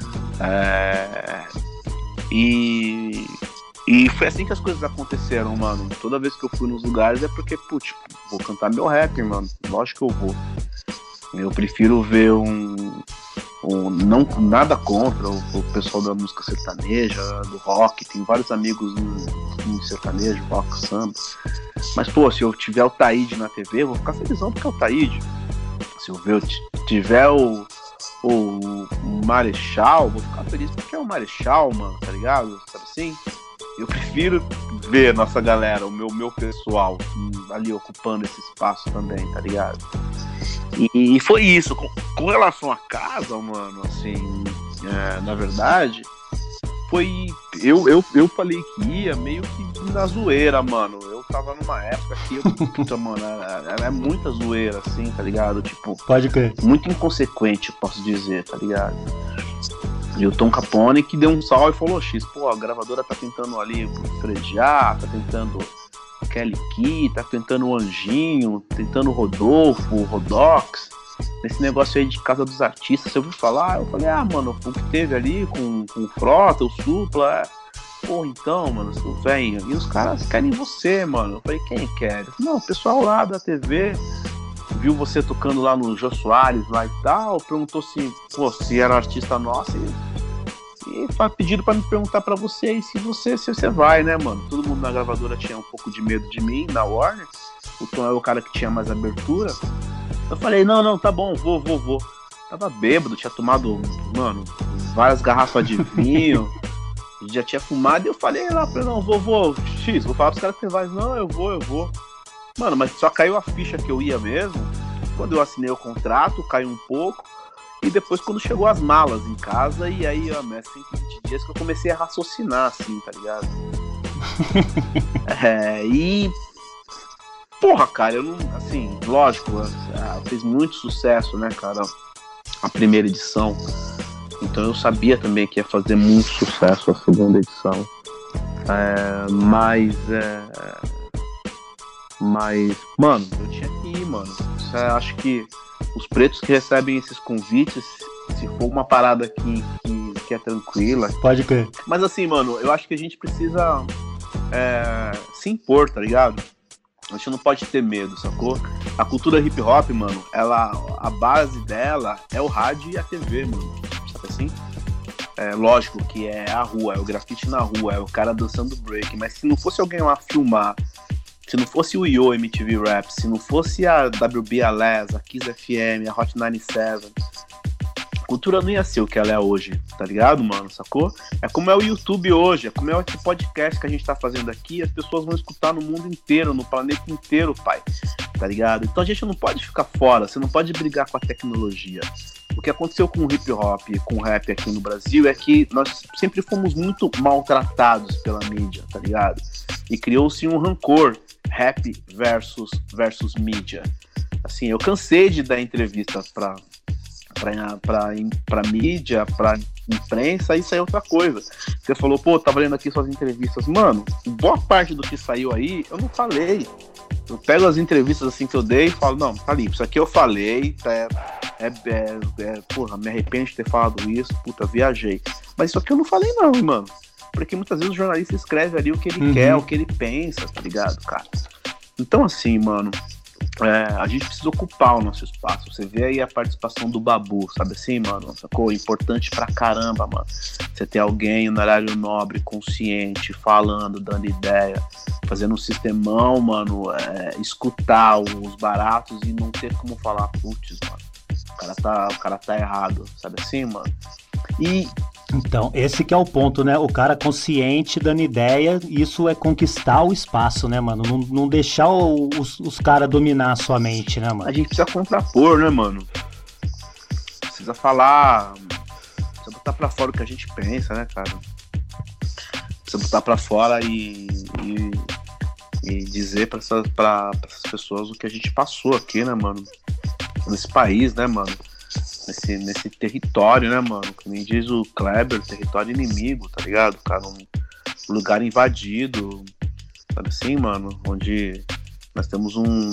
E foi assim que as coisas aconteceram, mano. Toda vez que eu fui nos lugares é porque, putz, vou cantar meu rap, mano. Lógico que eu vou. Eu prefiro ver não nada contra o pessoal da música sertaneja, do rock. Tem vários amigos no sertanejo, rock, samba. Mas, pô, se eu tiver o Taíde na TV, eu vou ficar felizão porque é o Taíde. Se eu tiver o Marechal, vou ficar feliz porque é o Marechal, mano, tá ligado? Sabe assim? Eu prefiro ver nossa galera, o meu pessoal ali ocupando esse espaço também, tá ligado? E foi isso. Com relação à casa, mano, assim, na verdade, foi... Eu falei que ia meio que na zoeira, mano. Eu tava numa época que puta, mano, é muita zoeira, assim, tá ligado? Tipo, pode crer. Muito inconsequente, posso dizer, tá ligado? E o Tom Capone que deu um salve e falou, a gravadora tá tentando ali frejar, tá tentando Kelly Key, tá tentando o Anjinho, tentando o Rodolfo, o Rodox, nesse negócio aí de Casa dos Artistas. Você ouviu falar? Eu falei, mano, o que teve ali com o Frota, o Supla, porra, então, mano, seu velho, e os caras querem você, mano. Eu falei, quem quer? Eu falei, não, o pessoal lá da TV viu você tocando lá no Jô Soares lá e tal, perguntou se era artista nosso e foi pedido pra me perguntar pra você se você vai, né, mano? Todo mundo na gravadora tinha um pouco de medo de mim, na Warner. O Tom era o cara que tinha mais abertura. Eu falei, não, tá bom, vou. Tava bêbado, tinha tomado, mano, várias garrafas de vinho, já tinha fumado, e eu falei lá pra ele, não, vou falar pros caras que você vai. Não, eu vou. Mano, mas só caiu a ficha que eu ia mesmo quando eu assinei o contrato, caiu um pouco. E depois quando chegou as malas em casa, e aí, ó, é 120 dias que eu comecei a raciocinar, assim, tá ligado? E... Porra, cara, eu não... Assim, lógico, fez muito sucesso, né, cara, a primeira edição. Então eu sabia também que ia fazer muito sucesso a segunda edição. Mas, mano, eu tinha que ir, mano. Acho que os pretos que recebem esses convites, se for uma parada que é tranquila... Pode crer. Mas assim, mano, eu acho que a gente precisa se impor, tá ligado? A gente não pode ter medo, sacou? A cultura hip hop, mano, a base dela é o rádio e a TV, mano. Sabe assim? Lógico que é a rua, é o grafite na rua, é o cara dançando break, mas se não fosse alguém lá filmar, se não fosse o Yo MTV Rap, se não fosse a WB Alés, a Kiss FM, a Hot 97, a cultura não ia ser o que ela é hoje, tá ligado, mano, sacou? É como é o YouTube hoje, é como é esse podcast que a gente tá fazendo aqui, as pessoas vão escutar no mundo inteiro, no planeta inteiro, pai, tá ligado? Então a gente não pode ficar fora, você não pode brigar com a tecnologia. O que aconteceu com o hip hop e com o rap aqui no Brasil é que nós sempre fomos muito maltratados pela mídia, tá ligado? E criou-se um rancor, rap versus mídia. Assim, eu cansei de dar entrevista pra mídia, pra imprensa, isso aí é outra coisa. Você falou, pô, tava lendo aqui suas entrevistas. Mano, boa parte do que saiu aí, eu não falei. Eu pego as entrevistas assim que eu dei e falo, não, tá limpo, isso aqui eu falei, porra, me arrependo de ter falado isso, puta, viajei. Mas isso aqui eu não falei não, mano. Porque muitas vezes o jornalista escreve ali o que ele quer, o que ele pensa, tá ligado, cara? Então assim, mano, a gente precisa ocupar o nosso espaço. Você vê aí a participação do Babu, sabe assim, mano? Sacou? Importante pra caramba, mano. Você ter alguém no horário nobre, consciente, falando, dando ideia, fazendo um sistemão, mano, escutar os baratos e não ter como falar, putz, mano, o cara tá errado, sabe assim, mano? Então, esse que é o ponto, né? O cara consciente dando ideia, isso é conquistar o espaço, né, mano? Não deixar os caras dominar a sua mente, né, mano? A gente precisa contrapor, né, mano? Precisa falar, precisa botar pra fora o que a gente pensa, né, cara? Precisa botar pra fora e dizer pra essas pessoas o que a gente passou aqui, né, mano? Nesse país, né, mano? Nesse território, né, mano? Que nem diz o Kleber, território inimigo, tá ligado, cara? Um lugar invadido, sabe assim, mano? Onde nós temos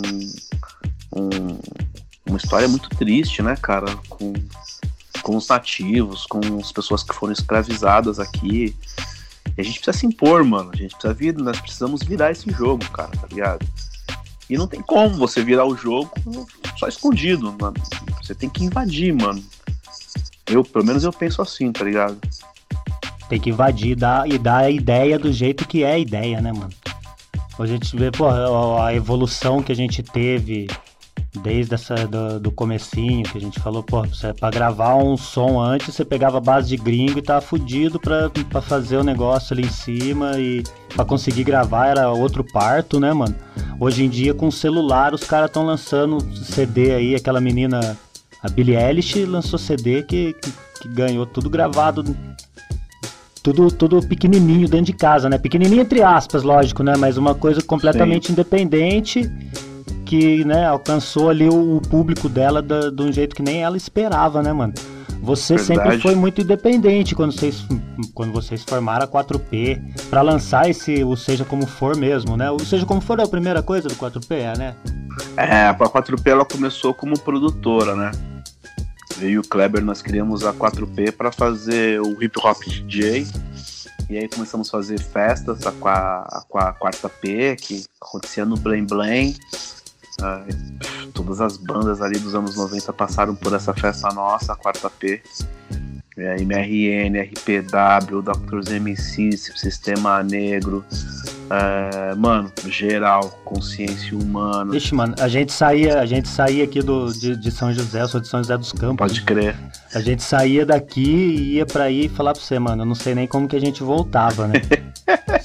uma história muito triste, né, cara? Com os nativos, com as pessoas que foram escravizadas aqui. E a gente precisa se impor, mano. A gente precisa nós precisamos virar esse jogo, cara, tá ligado? E não tem como você virar o jogo só escondido, mano. Você tem que invadir, mano. Pelo menos eu penso assim, tá ligado? Tem que invadir e dar a ideia do jeito que é a ideia, né, mano? A gente vê, pô, a evolução que a gente teve desde do comecinho, que a gente falou, pô, pra gravar um som antes, você pegava a base de gringo e tava fudido pra fazer o negócio ali em cima, e pra conseguir gravar era outro parto, né, mano? Hoje em dia, com o celular, os caras estão lançando CD aí, aquela menina, a Billie Eilish, lançou CD que ganhou tudo gravado, tudo pequenininho dentro de casa, né? Pequenininho entre aspas, lógico, né? Mas uma coisa completamente independente, que, né, alcançou ali o público dela de um jeito que nem ela esperava, né, mano? Você sempre foi muito independente quando vocês formaram a 4P pra lançar o Seja Como For mesmo, né? O Seja Como For é a primeira coisa do 4P, né? A 4P ela começou como produtora, né? Veio o Kleber, nós criamos a 4P pra fazer o hip hop DJ. E aí começamos a fazer festas com a 4P, que acontecia no Blém Blém. Todas as bandas ali dos anos 90 passaram por essa festa nossa, a 4P. MRN, RPW, Dr. MC, Sistema Negro, mano, geral, consciência humana. Ixi, mano, a gente saía aqui de São José, eu sou de São José dos Campos. Pode crer. A gente saía daqui e ia pra ir e falar pra você, mano, eu não sei nem como que a gente voltava, né?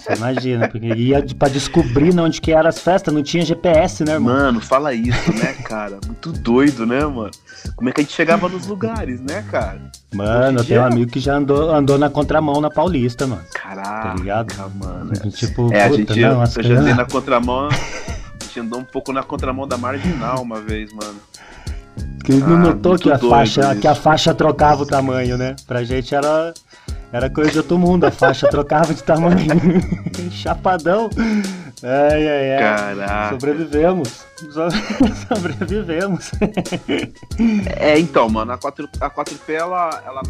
Você imagina, porque ia pra descobrir onde que eram as festas, não tinha GPS, né, irmão? Mano, fala isso, né, cara? Muito doido, né, mano? Como é que a gente chegava nos lugares, né, cara? Mano, eu tenho um amigo que já andou na contramão na Paulista, mano. Caraca, tá ligado? Mano. Tipo, a puta, gente, não, eu já andei na contramão, a gente andou um pouco na contramão da Marginal uma vez, mano. Que não notou que a faixa trocava o tamanho, né? Pra gente era coisa de outro mundo, a faixa trocava de tamanho. Chapadão. Ai. Caraca. Sobrevivemos. Então, mano, a 4P ela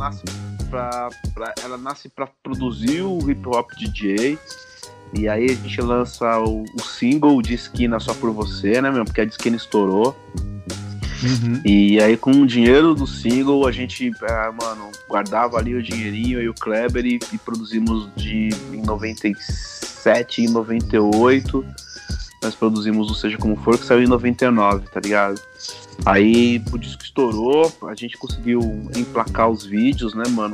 nasce pra produzir o hip hop DJ. E aí a gente lança o single de Esquina Só Por Você, né, meu? Porque a de Esquina estourou. Uhum. E aí com o dinheiro do single a gente, guardava ali o dinheirinho e o Kleber e produzimos em 97 e 98 nós produzimos o Seja Como For, que saiu em 99, tá ligado? Aí o disco estourou, a gente conseguiu emplacar os vídeos, né, mano?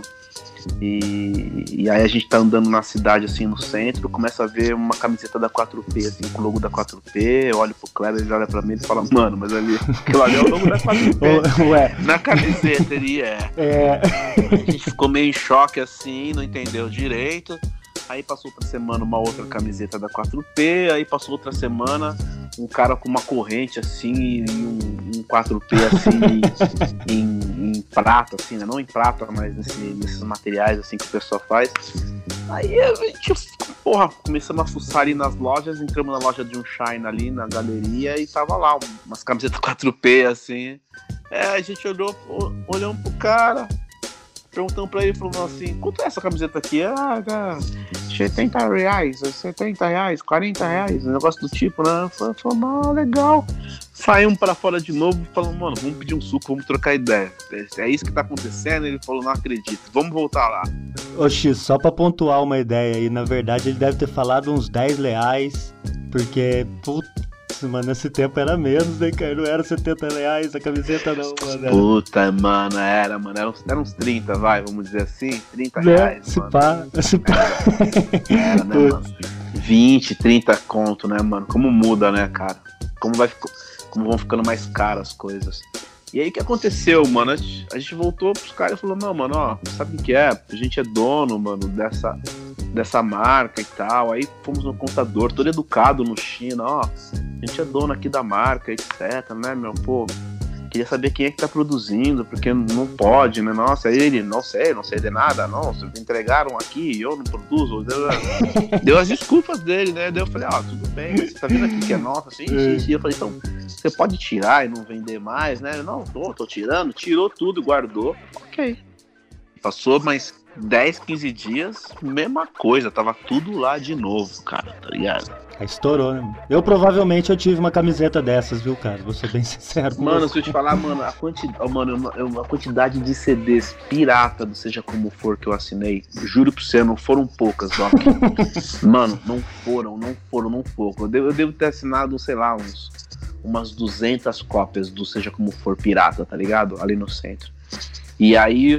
E aí a gente tá andando na cidade, assim, no centro, começa a ver uma camiseta da 4P, assim, com o logo da 4P, eu olho pro Kleber, ele olha pra mim e fala, mano, mas ali, aquilo ali é o logo da 4P. Ué. Na camiseta ele é. A gente ficou meio em choque, assim, não entendeu direito. Aí passou outra semana uma outra camiseta da 4P, aí passou outra semana um cara com uma corrente assim e um 4P assim em prata, assim, né? Não em prata, mas nesses materiais assim que o pessoal faz. Aí a gente, começamos a fuçar ali nas lojas, entramos na loja de um Shine ali na galeria e tava lá umas camisetas 4P assim. A gente olhamos pro cara, perguntamos pra ele, falou assim, quanto é essa camiseta aqui? R$70, 40 reais, um negócio do tipo, né? Falou, legal. Saímos pra fora de novo e falamos, mano, vamos pedir um suco, vamos trocar ideia. É isso que tá acontecendo? Ele falou, não acredito, vamos voltar lá. Ô X, só pra pontuar uma ideia aí, na verdade ele deve ter falado uns R$10, porque, mano, nesse tempo era menos, né, cara? Não era R$70 a camiseta, não, mano. Puta, mano, era uns 30, vamos dizer assim, R$30, se mano. Se pá. Era, né, mano? 20, 30 conto, né, mano? Como muda, né, cara? Como vão ficando mais caras as coisas. E aí o que aconteceu, mano? A gente voltou pros caras e falou, não, mano, ó, sabe o que é? A gente é dono, mano, dessa marca e tal. Aí fomos no contador, todo educado no China, ó, a gente é dono aqui da marca, etc, né, meu? Pô, queria saber quem é que tá produzindo, porque não pode, né? Nossa, ele, não sei de nada, não, vocês me entregaram aqui, eu não produzo. Deu as desculpas dele, né? Daí eu falei, tudo bem, mas você tá vendo aqui que é nossa, assim. Eu falei, então, você pode tirar e não vender mais, né? Não, tô tirando, tirou tudo, guardou, ok. Passou mais 10, 15 dias, mesma coisa, tava tudo lá de novo, cara, tá ligado? Aí estourou, né? Eu provavelmente tive uma camiseta dessas, viu, cara? Vou ser bem sincero. Mano, se eu te falar, mano, a quantidade de CDs pirata do Seja Como For que eu assinei, juro pra você, não foram poucas, Doc. Mano, não foram poucas. Eu devo ter assinado, sei lá, umas 200 cópias do Seja Como For pirata, tá ligado? Ali no centro. E aí...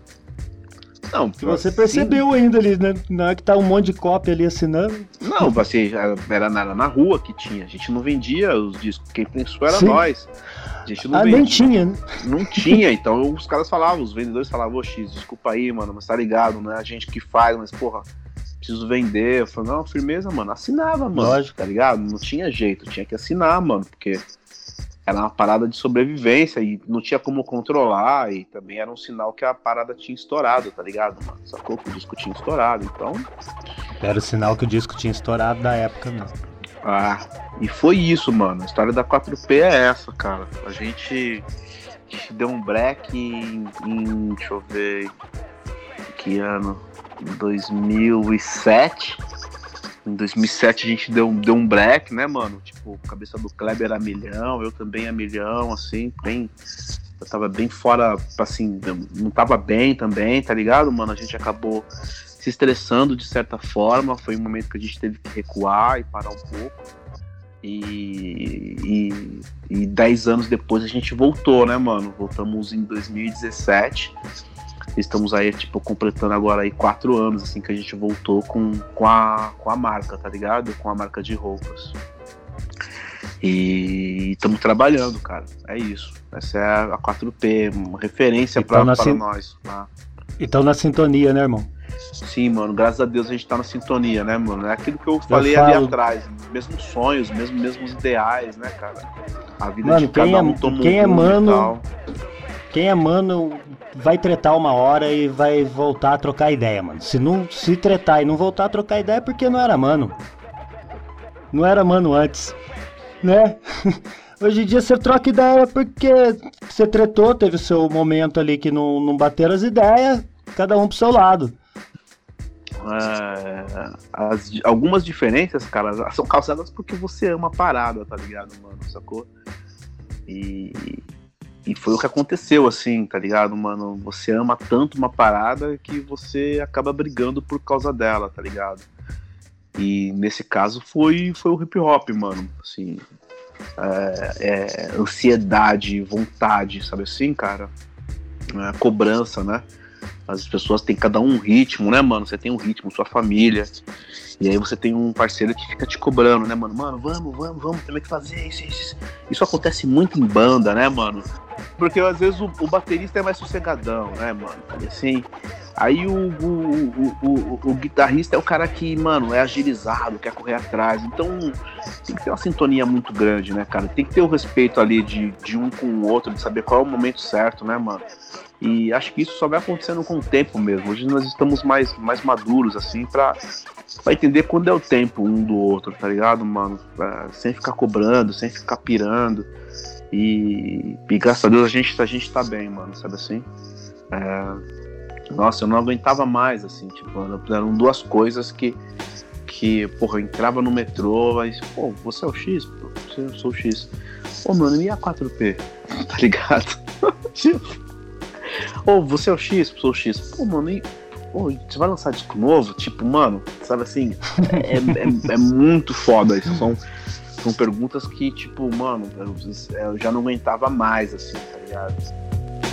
Não, você percebeu ainda ali, né? Na hora que tá um monte de cópia ali assinando. Não, assim, era na rua que tinha. A gente não vendia os discos. Quem pensou era nós. A gente não vendia. Nem tinha, né? Não tinha, então os caras falavam, os vendedores falavam, X, desculpa aí, mano, mas tá ligado, não é a gente que faz, mas porra, preciso vender. Eu falei, não, firmeza, mano. Assinava, mano. Lógico. Tá ligado? Não tinha jeito, tinha que assinar, mano, porque era uma parada de sobrevivência e não tinha como controlar, e também era um sinal que a parada tinha estourado, tá ligado, mano? Sacou que o disco tinha estourado, então... Era o sinal que o disco tinha estourado da época mesmo. E foi isso, mano. A história da 4P é essa, cara. A gente deu um break em deixa eu ver, que ano? 2007. Em 2007 a gente deu um break, né, mano? Tipo, a cabeça do Kleber era milhão, eu também a milhão, assim, eu tava bem fora, assim, não tava bem também, tá ligado, mano? A gente acabou se estressando de certa forma, foi um momento que a gente teve que recuar e parar um pouco. E 10 anos depois a gente voltou, né, mano? Voltamos em 2017. estamos aí, tipo, completando agora aí 4 anos, assim, que a gente voltou com a marca, tá ligado? Com a marca de roupas. E estamos trabalhando, cara. É isso. Essa é a 4P, uma referência para nós. Tá? Então na sintonia, né, irmão? Sim, mano. Graças a Deus a gente tá na sintonia, né, mano? É aquilo que eu falei ali atrás. Mesmos sonhos, mesmos ideais, né, cara? A vida mano, de cada um toma quem é mano, e tal. Quem é mano vai tretar uma hora e vai voltar a trocar ideia, mano. Se tretar e não voltar a trocar ideia é porque não era mano. Não era mano antes, né? Hoje em dia você troca ideia porque você tretou, teve o seu momento ali que não bateram as ideias, cada um pro seu lado. Algumas diferenças, cara, são causadas porque você ama a parada, tá ligado, mano? Sacou? E foi o que aconteceu, assim, tá ligado, mano? Você ama tanto uma parada que você acaba brigando por causa dela, tá ligado? E nesse caso foi o hip hop, mano. Assim, ansiedade, vontade, sabe assim, cara? Cobrança, né? As pessoas têm cada um ritmo, né, mano? Você tem um ritmo, sua família. E aí você tem um parceiro que fica te cobrando, né, mano? Mano, vamos, temos que fazer isso. Isso acontece muito em banda, né, mano? Porque às vezes o baterista é mais sossegadão, né, mano? Assim, aí o guitarrista é o cara que, mano, é agilizado, quer correr atrás. Então tem que ter uma sintonia muito grande, né, cara? Tem que ter o respeito ali de um com o outro, de saber qual é o momento certo, né, mano? E acho que isso só vai acontecendo com o tempo mesmo. Hoje nós estamos mais maduros, assim, pra entender quando é o tempo um do outro, tá ligado, mano? Sem ficar cobrando, sem ficar pirando. E graças a Deus a gente tá bem, mano, sabe assim? Nossa, eu não aguentava mais, assim, tipo, eram 2 coisas que porra, eu entrava no metrô, mas, pô, você é o X? Pô, eu sou o X. Pô, mano, e a 4P? Tá ligado? Tipo... Ô, você é o X? Sou o X. Pô, mano, você vai lançar disco novo? Tipo, mano, sabe assim, é muito foda isso. São perguntas que, tipo, mano, eu já não aguentava mais, assim, tá ligado?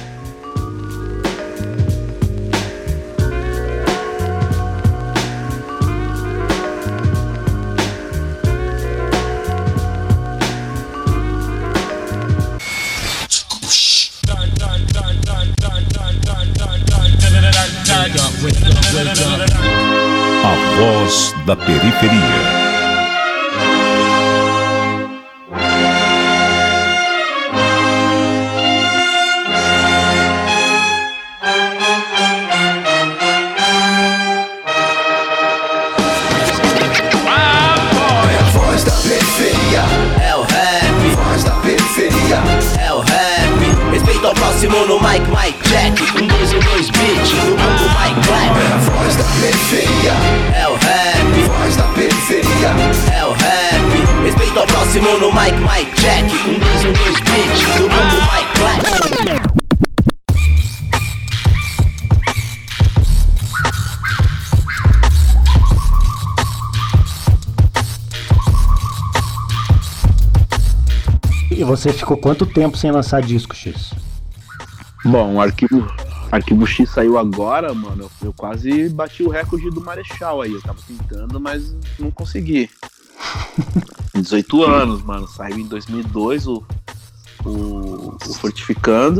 A voz da periferia. Respeito ao próximo no mic check. 1, 2, 1, 2 beat no mundo mic clap. É a voz da periferia. É o rap. Voz da periferia. É o rap. Respeito ao próximo no mic check. 1, 2, 1, 2 beat no mundo mic clap. E você ficou quanto tempo sem lançar disco, X? Bom, o Arquivo X saiu agora, mano. Eu quase bati o recorde do Marechal aí. Eu tava tentando, mas não consegui. 18 anos, mano. Saiu em 2002 o Fortificando.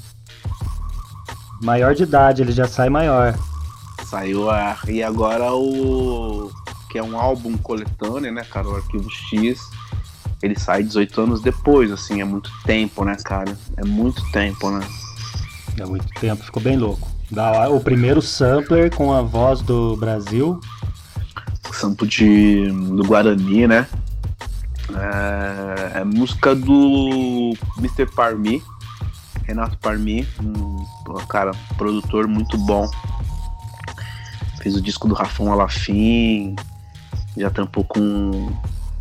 Maior de idade, ele já sai maior. Saiu e agora que é um álbum coletâneo, né, cara? O Arquivo X. Ele sai 18 anos depois, assim, é muito tempo, né, cara? É muito tempo, né? É muito tempo, ficou bem louco. O primeiro sampler com a voz do Brasil. O sample do Guarani, né? É música do Mr. Parmi, Renato Parmi, cara, produtor muito bom. Fez o disco do Rafão Alafim, já tampou com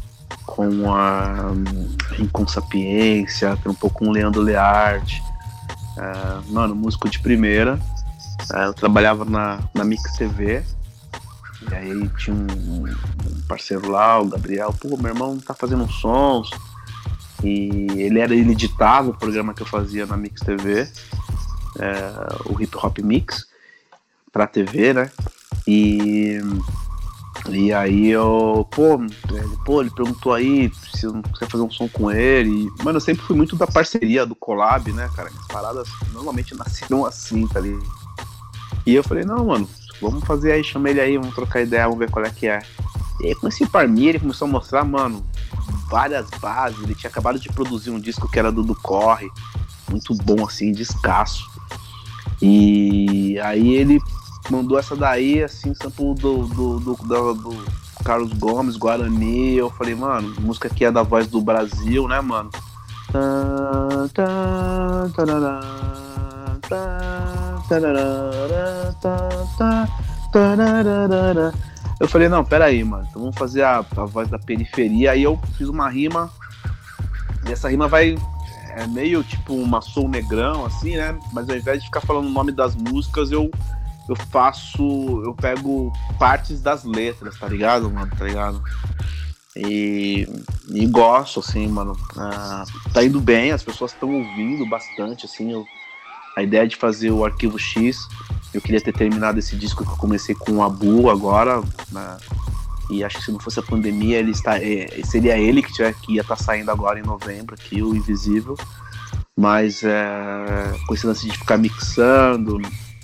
a Rincon Sapiência, trampou com o Leandro Learte. Mano, músico de primeira. Eu trabalhava na Mix TV. E aí tinha um parceiro lá, o Gabriel. Pô, meu irmão tá fazendo uns sons. E ele editava o programa que eu fazia na Mix TV. o Hip Hop Mix pra TV, né? E aí ele perguntou aí se eu não quer fazer um som com ele. E, mano, eu sempre fui muito da parceria, do collab, né, cara? As paradas normalmente nasceram assim, tá ligado? E eu falei, não, mano, vamos fazer aí, chama ele aí, vamos trocar ideia, vamos ver qual é que é. E aí conheci o Parmir, ele começou a mostrar, mano, várias bases. Ele tinha acabado de produzir um disco que era do Corre, muito bom, assim, descasso. E aí ele mandou essa daí, assim, sample do Carlos Gomes, Guarani. Eu falei, mano, a música aqui é da Voz do Brasil, né, mano? Eu falei, não, peraí, mano, então vamos fazer a Voz da Periferia. Aí eu fiz uma rima, e essa rima é meio tipo uma Soul Negrão, assim, né? Mas ao invés de ficar falando o nome das músicas, eu pego partes das letras, tá ligado, mano? Tá ligado? E gosto, assim, mano. Tá indo bem, as pessoas estão ouvindo bastante, assim. A ideia de fazer o Arquivo X, eu queria ter terminado esse disco que eu comecei com o Abu agora, né? E acho que se não fosse a pandemia, seria ele que ia estar saindo agora em novembro, aqui, o Invisível. Mas com esse lance de ficar mixando,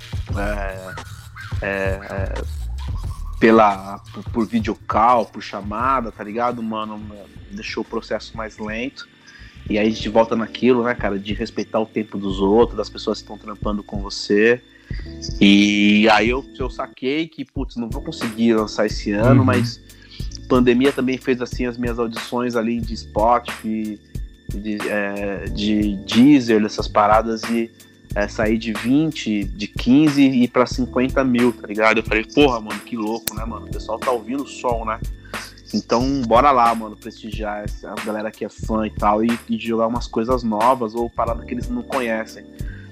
por videocall, por chamada, tá ligado, mano? Deixou o processo mais lento. E aí a gente volta naquilo, né, cara, de respeitar o tempo dos outros, das pessoas que estão trampando com você. E aí eu saquei que, putz, não vou conseguir lançar esse ano, mas pandemia também fez, assim, as minhas audições ali de Spotify, de Deezer, dessas paradas, e sair de 20, de 15 e ir pra 50 mil, tá ligado? Eu falei, porra, mano, que louco, né, mano? O pessoal tá ouvindo o som, né? Então, bora lá, mano, prestigiar a galera que é fã e tal, e jogar umas coisas novas ou paradas que eles não conhecem.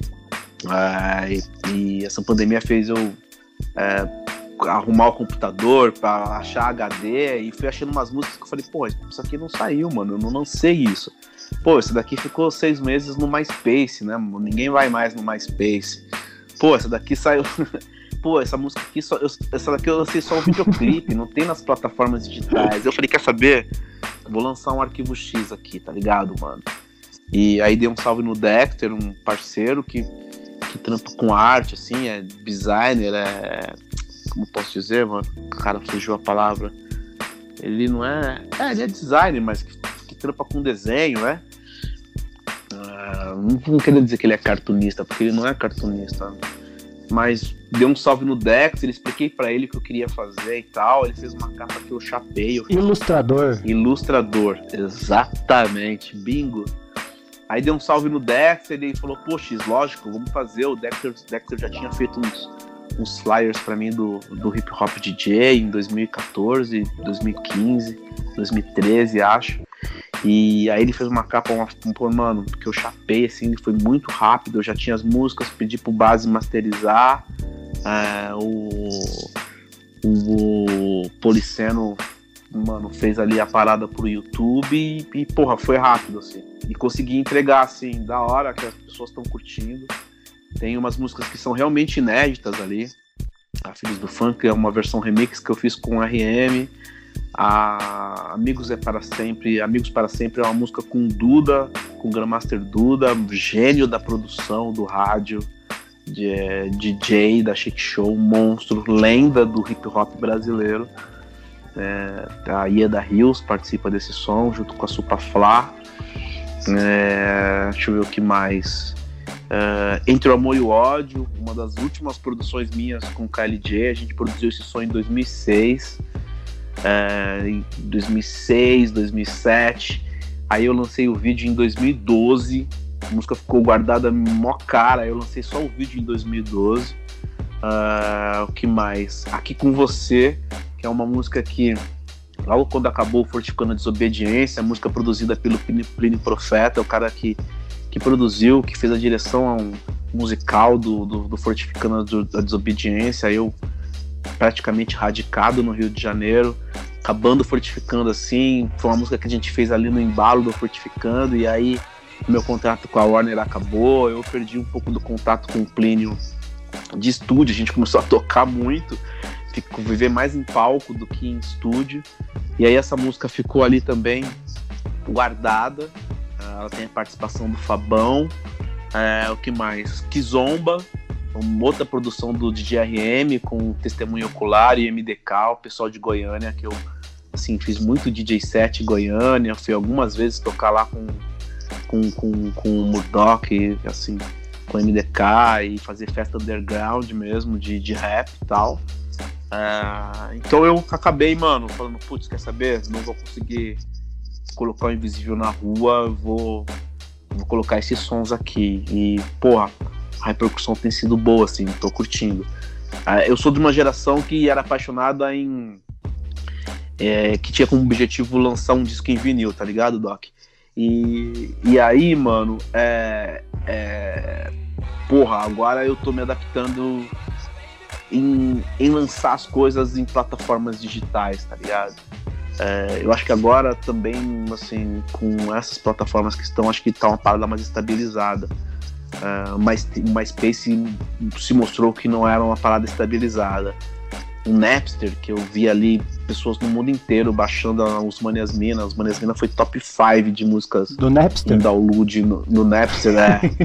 E essa pandemia fez eu arrumar o computador pra achar HD, e fui achando umas músicas que eu falei, pô, isso aqui não saiu, mano, eu não lancei isso. Pô, esse daqui ficou 6 meses no MySpace, né? Ninguém vai mais no MySpace. Pô, essa daqui saiu... Pô, essa música aqui, essa daqui eu lancei só o videoclipe, não tem nas plataformas digitais. Eu falei, quer saber? Vou lançar um Arquivo X aqui, tá ligado, mano? E aí dei um salve no Dexter, um parceiro que trampa com arte, assim, é designer, como posso dizer, mano? Cara, fugiu a palavra. Ele não é... ele é designer, mas que trampa com desenho, né? Não quero dizer que ele é cartunista, porque ele não é cartunista, mas deu um salve no Dex, expliquei pra ele o que eu queria fazer e tal. Ele fez uma capa que eu chapei. Ilustrador, exatamente, bingo. Aí deu um salve no Dex, ele falou, poxa, lógico, vamos fazer. O Dexter já tinha feito uns flyers pra mim do Hip Hop DJ em 2014, 2015, 2013, acho. E aí ele fez uma capa, mano, que eu chapei, assim, foi muito rápido. Eu já tinha as músicas, pedi pro Base masterizar. O Policeno, mano, fez ali a parada pro YouTube e porra, foi rápido, assim. E consegui entregar, assim, da hora, que as pessoas estão curtindo. Tem umas músicas que são realmente inéditas ali. A Filhos do Funk é uma versão remix que eu fiz com o RM. Amigos para Sempre é uma música com Duda, com Grandmaster Duda, gênio da produção, do rádio, DJ da Shake Show, monstro, lenda do hip hop brasileiro. A Ieda Rios participa desse som junto com a Supaflá. Deixa eu ver o que mais. Entre o Amor e o Ódio, uma das últimas produções minhas com o KLJ. A gente produziu esse som em 2006. Em 2006, 2007. Aí eu lancei o vídeo em 2012. A música ficou guardada mó cara. Eu lancei só o vídeo em 2012. O que mais? Aqui com Você, que é uma música que logo quando acabou o Fortificando a Desobediência, a música produzida pelo Plínio Profeta, o cara que produziu, que fez a direção musical do Fortificando a Desobediência. Eu praticamente radicado no Rio de Janeiro, acabando Fortificando, assim, foi uma música que a gente fez ali no embalo do Fortificando, e aí meu contrato com a Warner acabou, eu perdi um pouco do contato com o Plínio de estúdio, a gente começou a tocar muito, viver mais em palco do que em estúdio, e aí essa música ficou ali também guardada. Ela tem a participação do Fabão, o que mais? Kizomba, outra produção do DJRM com Testemunho Ocular e MDK, o pessoal de Goiânia, que eu assim, fiz muito DJ set em Goiânia, fui algumas vezes tocar lá com o Murdoch, assim, com MDK, e fazer festa underground mesmo, de rap e tal. Então eu acabei, mano, falando, putz, quer saber? Não vou conseguir colocar o Invisível na rua, vou colocar esses sons aqui. E, porra, a repercussão tem sido boa, assim, tô curtindo. Eu sou de uma geração que era apaixonada que tinha como objetivo lançar um disco em vinil, tá ligado, Doc? E aí, mano, porra, agora eu tô me adaptando em lançar as coisas em plataformas digitais, tá ligado? Eu acho que agora também, assim, com essas plataformas que estão, acho que tá uma parada mais estabilizada. Mas o MySpace se mostrou que não era uma parada estabilizada. O Napster, que eu vi ali pessoas no mundo inteiro baixando os Manias Mina. Os Manias Mina foi top 5 de músicas do Napster? Em download no Napster,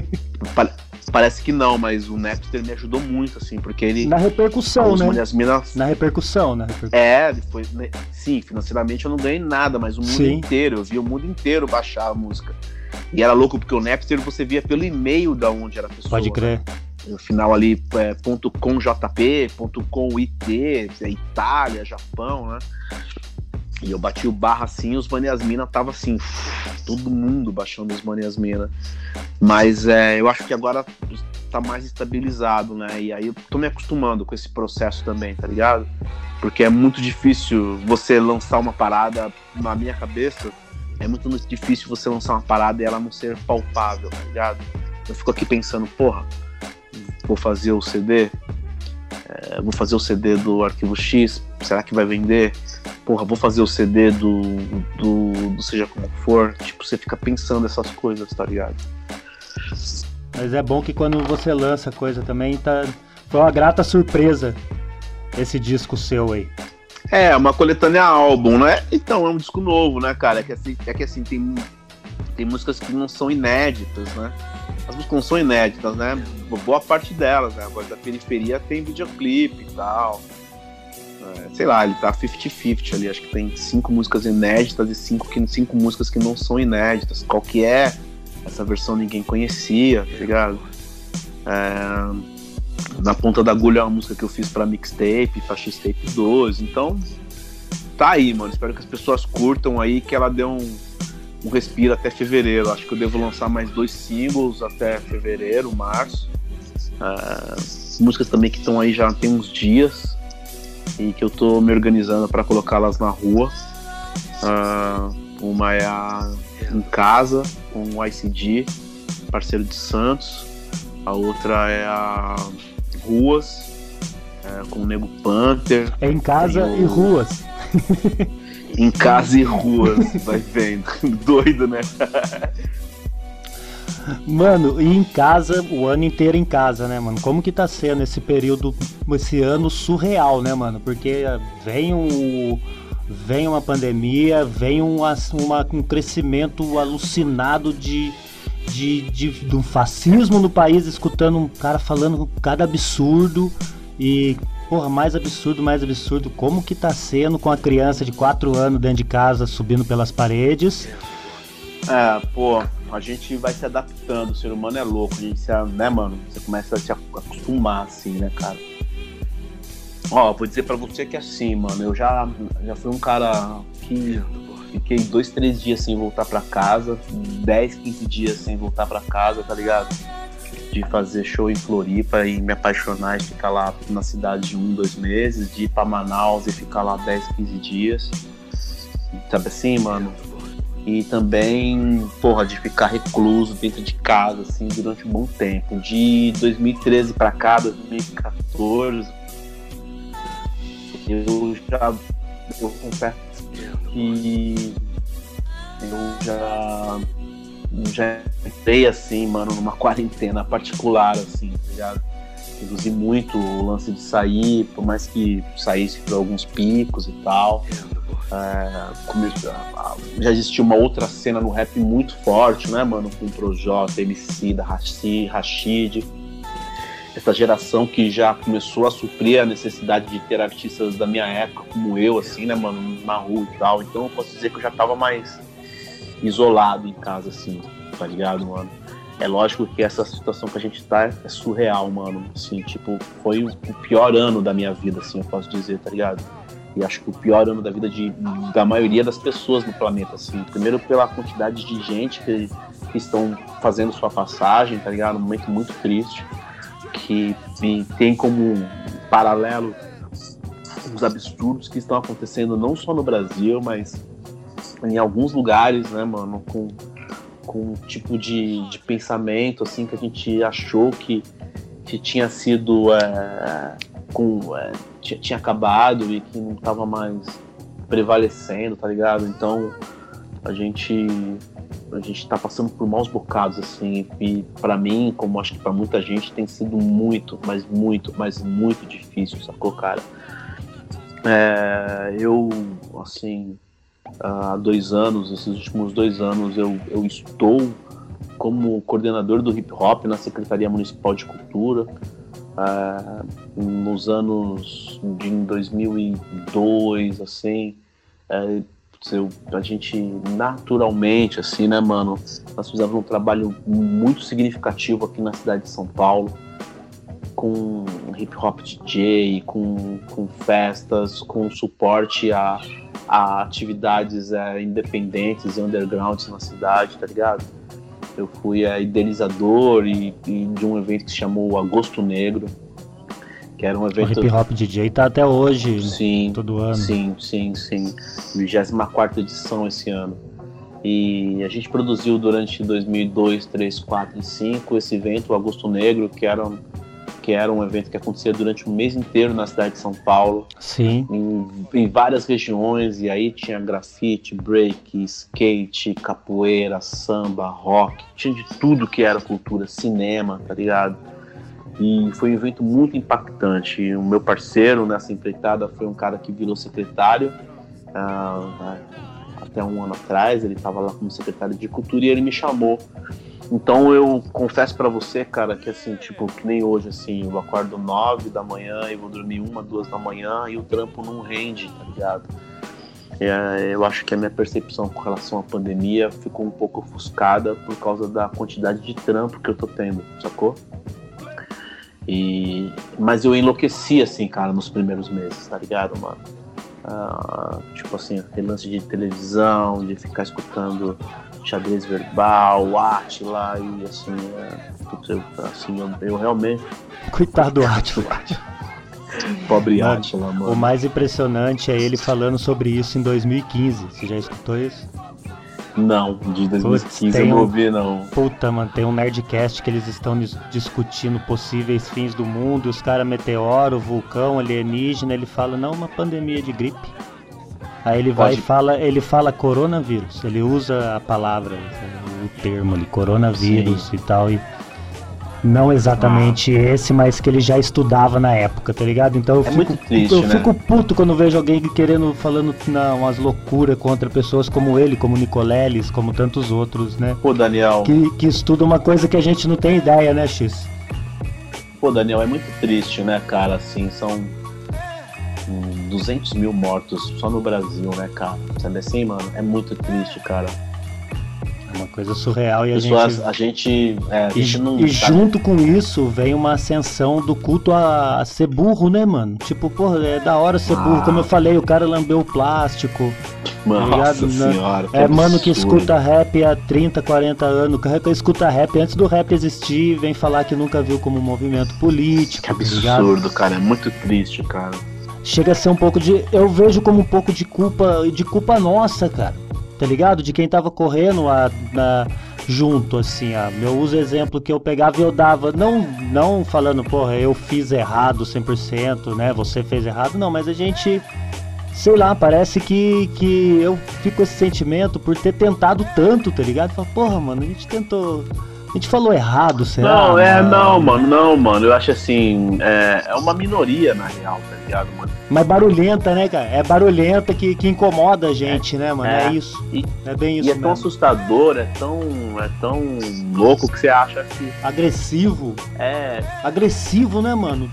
Parece que não, mas o Napster me ajudou muito, assim, porque ele... Na repercussão, né? Manias Mina... Na repercussão. Ele foi... Sim, financeiramente eu não ganhei nada, mas o mundo inteiro, eu vi o mundo inteiro baixar a música. E era louco, porque o Napster você via pelo e-mail da onde era a pessoa. Pode crer. Né? No final ali, .com.jp, .com.it, Itália, Japão, né? E eu bati o barra assim, os Manias Mina tava assim, todo mundo baixando os Manias Mina. Mas eu acho que agora tá mais estabilizado, né? E aí eu tô me acostumando com esse processo também, tá ligado? Porque é muito difícil você lançar uma parada, na minha cabeça, é muito difícil você lançar uma parada e ela não ser palpável, tá ligado? Eu fico aqui pensando, porra, vou fazer o CD, vou fazer o CD do Arquivo X, será que vai vender? Porra, vou fazer o CD do seja como for. Tipo, você fica pensando essas coisas, tá ligado? Mas é bom que quando você lança coisa também, foi uma grata surpresa esse disco seu aí. Uma coletânea álbum, né? Então, é um disco novo, né, cara? É que assim, tem músicas que não são inéditas, né? As músicas não são inéditas, né? Boa parte delas, né? A Voz da Periferia tem videoclipe e tal. Sei lá, ele tá 50-50 ali. Acho que tem 5 músicas inéditas e 5 músicas que não são inéditas. Qual que é? Essa versão ninguém conhecia, tá ligado? Na Ponta da Agulha é uma música que eu fiz pra mixtape, pra X-Tape 2. Então, tá aí, mano. Espero que as pessoas curtam aí, que ela deu um respiro até fevereiro. Acho que eu devo lançar mais 2 singles até fevereiro, março. Músicas também que estão aí já tem uns dias e que eu tô me organizando para colocá-las na rua. Uma é a Em Casa, com o ICD, parceiro de Santos. A outra é a Ruas, com o Nego Panther. É Em Casa e Ruas. Em Casa e Ruas, vai vendo. Doido, né? Mano, e em casa, o ano inteiro em casa, né, mano? Como que tá sendo esse período, esse ano surreal, né, mano? Porque vem uma pandemia, vem um crescimento alucinado de um fascismo no país, escutando um cara falando cada absurdo e... Porra, mais absurdo. Como que tá sendo com a criança de 4 anos dentro de casa, subindo pelas paredes? A gente vai se adaptando, o ser humano é louco, a gente né, mano? Você começa a se acostumar, assim, né, cara? Vou dizer pra você que assim, mano, eu já fui um cara que fiquei 2-3 dias sem voltar pra casa, 10-15 dias sem voltar pra casa, tá ligado? De fazer show em Floripa e me apaixonar e ficar lá na cidade de 1-2 meses, de ir pra Manaus e ficar lá 10-15 dias, sabe assim, mano? E também, de ficar recluso dentro de casa, assim, durante um bom tempo. De 2013 pra cá, 2014, eu confesso que eu já já entrei assim, mano, numa quarentena particular, assim, tá ligado? Reduzi muito o lance de sair, por mais que saísse por alguns picos e tal. Já existia uma outra cena no rap muito forte, né, mano? Com o Projota, MC, da Rashid. Essa geração que já começou a suprir a necessidade de ter artistas da minha época, como eu, assim, né, mano? Na rua e tal. Então eu posso dizer que eu já tava mais isolado em casa, assim, tá ligado, mano? É lógico que essa situação que a gente tá é surreal, mano. Assim, tipo, foi o pior ano da minha vida, assim, eu posso dizer, tá ligado? E acho que o pior ano da vida da maioria das pessoas no planeta, assim. Primeiro pela quantidade de gente que estão fazendo sua passagem, tá ligado? Um momento muito triste, que tem como paralelo os absurdos que estão acontecendo não só no Brasil, mas em alguns lugares, né, mano, com um tipo de pensamento, assim, que a gente achou que tinha sido tinha acabado e que não estava mais prevalecendo, tá ligado? Então a gente tá passando por maus bocados, assim, e pra mim, como acho que pra muita gente, tem sido muito, mas muito difícil, sacou, cara? Eu, assim, há 2 anos, esses últimos 2 anos, eu estou como coordenador do hip hop na Secretaria Municipal de Cultura. Nos anos de 2002, assim, a gente naturalmente, assim, né, mano, nós fizemos um trabalho muito significativo aqui na cidade de São Paulo, com hip hop DJ, com festas, com suporte a atividades independentes e undergrounds na cidade, tá ligado? Eu fui idealizador e de um evento que se chamou Agosto Negro, que era um evento... O hip hop DJ tá até hoje, sim, todo ano. Sim. 24ª edição esse ano. E a gente produziu durante 2002, 2003, 2004 e 2005 esse evento, o Agosto Negro, que era um evento que acontecia durante o mês inteiro na cidade de São Paulo. Sim. Em várias regiões, e aí tinha grafite, break, skate, capoeira, samba, rock, tinha de tudo que era cultura, cinema, tá ligado? E foi um evento muito impactante. O meu parceiro nessa empreitada foi um cara que virou secretário até 1 ano atrás, ele estava lá como secretário de cultura e ele me chamou. Então eu confesso pra você, cara, que assim, tipo, que nem hoje, assim, eu acordo 9 da manhã e vou dormir 1, 2 da manhã e o trampo não rende, tá ligado? Eu acho que a minha percepção com relação à pandemia ficou um pouco ofuscada por causa da quantidade de trampo que eu tô tendo, sacou? Mas eu enlouqueci, assim, cara, nos primeiros meses, tá ligado, mano? Tipo assim, aquele lance de televisão, de ficar escutando xadrez verbal, Átila e assim, eu realmente... Coitado do Átila. Pobre Átila, mano. O mais impressionante é ele falando sobre isso em 2015. Você já escutou isso? Não, de 2015 eu não ouvi, não. Puta, mano, tem um Nerdcast que eles estão discutindo possíveis fins do mundo, e os caras meteoro, vulcão, alienígena, ele fala, não, uma pandemia de gripe. Aí ele vai e ele fala coronavírus, ele usa a palavra, o termo ali, coronavírus. Sim. E tal, e não exatamente esse, mas que ele já estudava na época, tá ligado? Então eu muito triste, né? Fico puto quando vejo alguém falando umas loucuras contra pessoas como ele, como Nicoleles, como tantos outros, né? Pô, Daniel... Que estuda uma coisa que a gente não tem ideia, né, X? Pô, Daniel, é muito triste, né, cara? Assim, são 200 mil mortos só no Brasil, né, cara? Sabe assim, mano? É muito triste, cara. É uma coisa surreal e a gente não... E junto com isso vem uma ascensão do culto a ser burro, né, mano? Tipo, porra, é da hora ser burro. Como eu falei, o cara lambeu o plástico. Nossa senhora, mano que escuta rap há 30, 40 anos. O cara que escuta rap antes do rap existir, vem falar que nunca viu como movimento político. Que absurdo, cara. É muito triste, cara. Chega a ser um pouco de... Eu vejo como um pouco de culpa nossa, cara. Tá ligado? De quem tava correndo junto, assim, eu uso exemplo que eu pegava e eu dava, não falando, porra, eu fiz errado 100%, né, você fez errado, não, mas a gente sei lá, parece que eu fico com esse sentimento por ter tentado tanto, tá ligado? Fala, porra, mano, a gente falou errado, será? Não, mano, eu acho assim, é uma minoria na real, tá ligado, mano? Mas barulhenta, né, cara? É barulhenta que incomoda a gente, né, mano? É isso. É bem isso e é mesmo. tão assustador, é tão louco que você acha que... Agressivo. Agressivo, né, mano?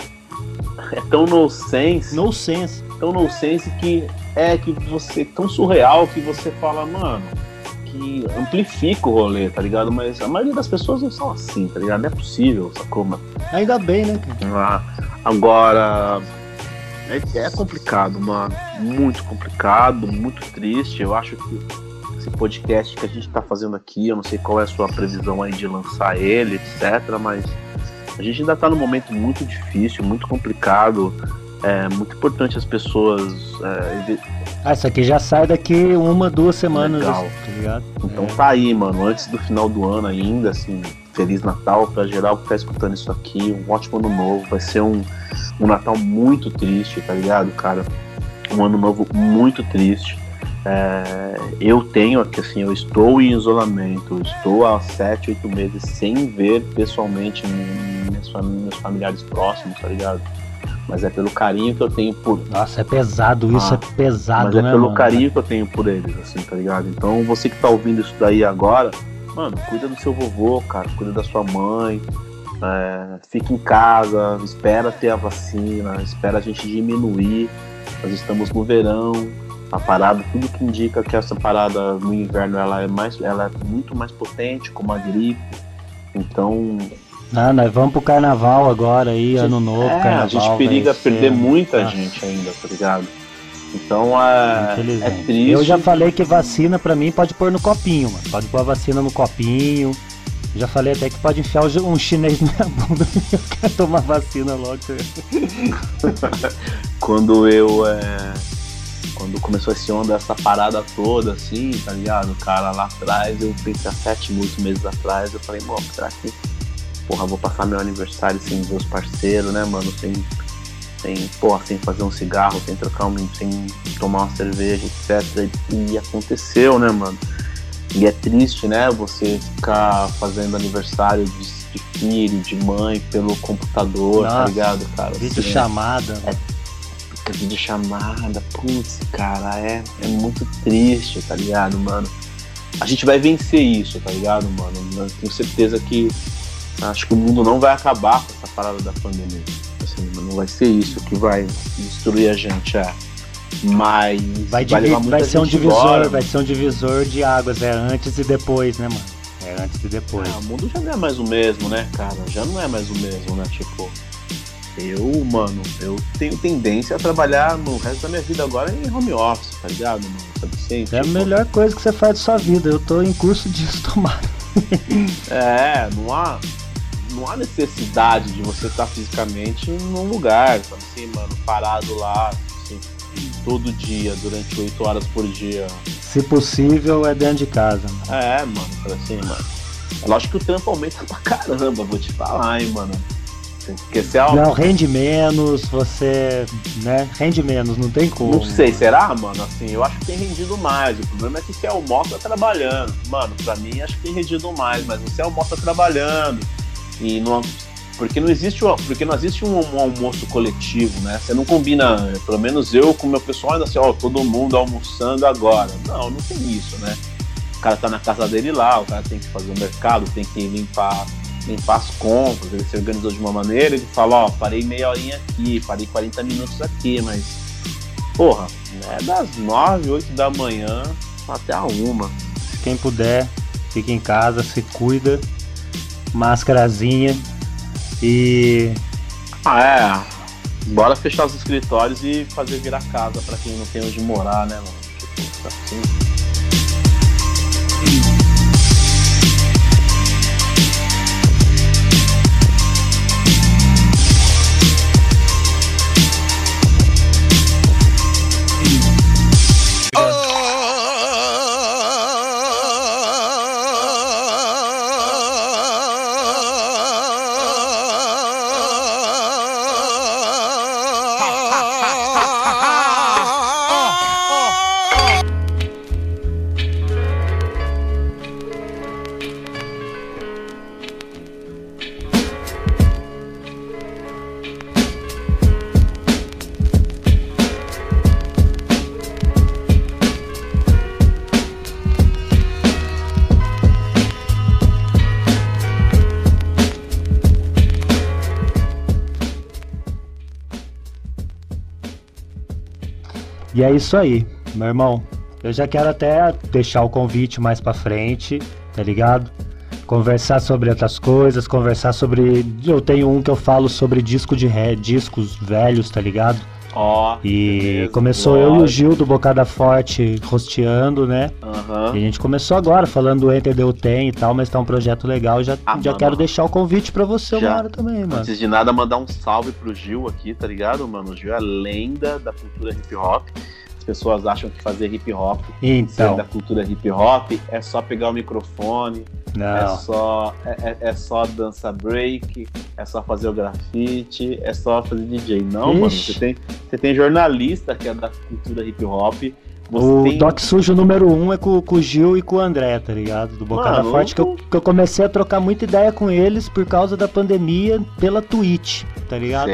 É tão nonsense. Tão nonsense que você... Tão surreal que você fala, mano... Que amplifica o rolê, tá ligado? Mas a maioria das pessoas não são assim, tá ligado? Não é possível, sacou, mano? Ainda bem, né, cara? Agora... É complicado, mano. Muito complicado, muito triste. Eu acho que esse podcast que a gente tá fazendo aqui, eu não sei qual é a sua previsão aí de lançar ele, etc. Mas a gente ainda tá num momento muito difícil, muito complicado. É muito importante as pessoas... isso aqui já sai daqui 1-2 semanas, legal. Tá ligado? Então tá aí, mano. Antes do final do ano ainda, assim... Feliz Natal pra geral que tá escutando isso aqui. Um ótimo ano novo. Vai ser um Natal muito triste, tá ligado, cara? Um ano novo muito triste. Eu tenho aqui, assim, eu estou em isolamento. Estou há 7-8 meses sem ver pessoalmente meus familiares próximos, tá ligado? Mas é pelo carinho que eu tenho por... Nossa, é pesado, isso é pesado, mas é né, pelo mano? carinho que eu tenho por eles, assim, tá ligado? Então você que tá ouvindo isso daí agora... Mano, cuida do seu vovô, cara, cuida da sua mãe, fica em casa, espera ter a vacina, espera a gente diminuir. Nós estamos no verão, a parada, tudo que indica que essa parada no inverno ela é muito mais potente, como a gripe. Então... nós vamos pro carnaval agora aí, ano novo, carnaval. A gente periga perder muita gente ainda, tá ligado? Então é triste. Eu já falei que vacina pra mim pode pôr no copinho, mano. Pode pôr a vacina no copinho. Já falei até que pode enfiar um chinês na minha bunda. Eu quero tomar vacina logo. Quando começou esse onda, essa parada toda, assim, tá ligado? Cara, lá atrás, eu pensei há 7-8 meses atrás, eu falei, mano, será que, vou passar meu aniversário sem ver os parceiros, né, mano? Sem fazer um cigarro, sem tomar uma cerveja, etc. E aconteceu, né, mano? E é triste, né, você ficar fazendo aniversário de filho, de mãe, pelo computador. Nossa, tá ligado, cara? Videochamada. Videochamada, putz, cara, é muito triste, tá ligado, mano? A gente vai vencer isso, tá ligado, mano? Eu tenho certeza que acho que o mundo não vai acabar com essa parada da pandemia. Assim, não vai ser isso que vai destruir a gente, mas vai ser um divisor, embora, vai ser um divisor de águas, antes e depois, né, mano? Antes e depois. O mundo já não é mais o mesmo, né, cara? Já não é mais o mesmo, né? Tipo, eu tenho tendência a trabalhar no resto da minha vida agora em home office, tá ligado, mano? Sabe assim, a melhor coisa que você faz da sua vida. Eu tô em curso disso, tomara. Não há necessidade de você estar fisicamente num lugar, sabe assim, mano, parado lá, assim, todo dia, durante 8 horas por dia. Se possível, é dentro de casa. Mano. Mano, assim, mano. É lógico que o trampo aumenta pra caramba, vou te falar, hein, mano. Porque não, rende menos, você, né, rende menos, não tem como. Não sei, será, mano? Assim, eu acho que tem rendido mais. O problema é que você almoça trabalhando. Mano, pra mim, acho que tem rendido mais, mas você almoça trabalhando. Porque não existe um almoço coletivo, né? Você não combina, pelo menos eu com o meu pessoal ainda assim, todo mundo almoçando agora. Não tem isso, né? O cara tá na casa dele lá, o cara tem que fazer o mercado, tem que limpar as compras, ele se organizou de uma maneira, ele fala, parei meia horinha aqui, parei 40 minutos aqui, mas é das 9, 8 da manhã até a 1. Quem puder, fica em casa, se cuida, máscarazinha e... bora fechar os escritórios e fazer virar casa pra quem não tem onde morar, né, mano? Tipo, assim... E é isso aí, meu irmão. Eu já quero até deixar o convite mais pra frente, tá ligado? Conversar sobre outras coisas, conversar sobre... Eu tenho um que eu falo sobre discos velhos, tá ligado? E beleza, começou eu e o Gil do Bocada Forte rosteando, né? E a gente começou agora falando do Enter the Tem e tal, mas tá um projeto legal. Já quero deixar o convite pra você uma hora também, mano. Antes de nada, mandar um salve pro Gil aqui, tá ligado, mano? O Gil é a lenda da cultura hip hop. As pessoas acham que fazer hip hop, ser da cultura hip hop, é só pegar o microfone, é só dançar break, é só fazer o grafite, é só fazer DJ. Não, mano, você tem jornalista que é da cultura hip hop. Doc Sujo número 1 é com o Gil e com o André, tá ligado? Do Bocada Forte, que eu comecei a trocar muita ideia com eles por causa da pandemia pela Twitch, tá ligado?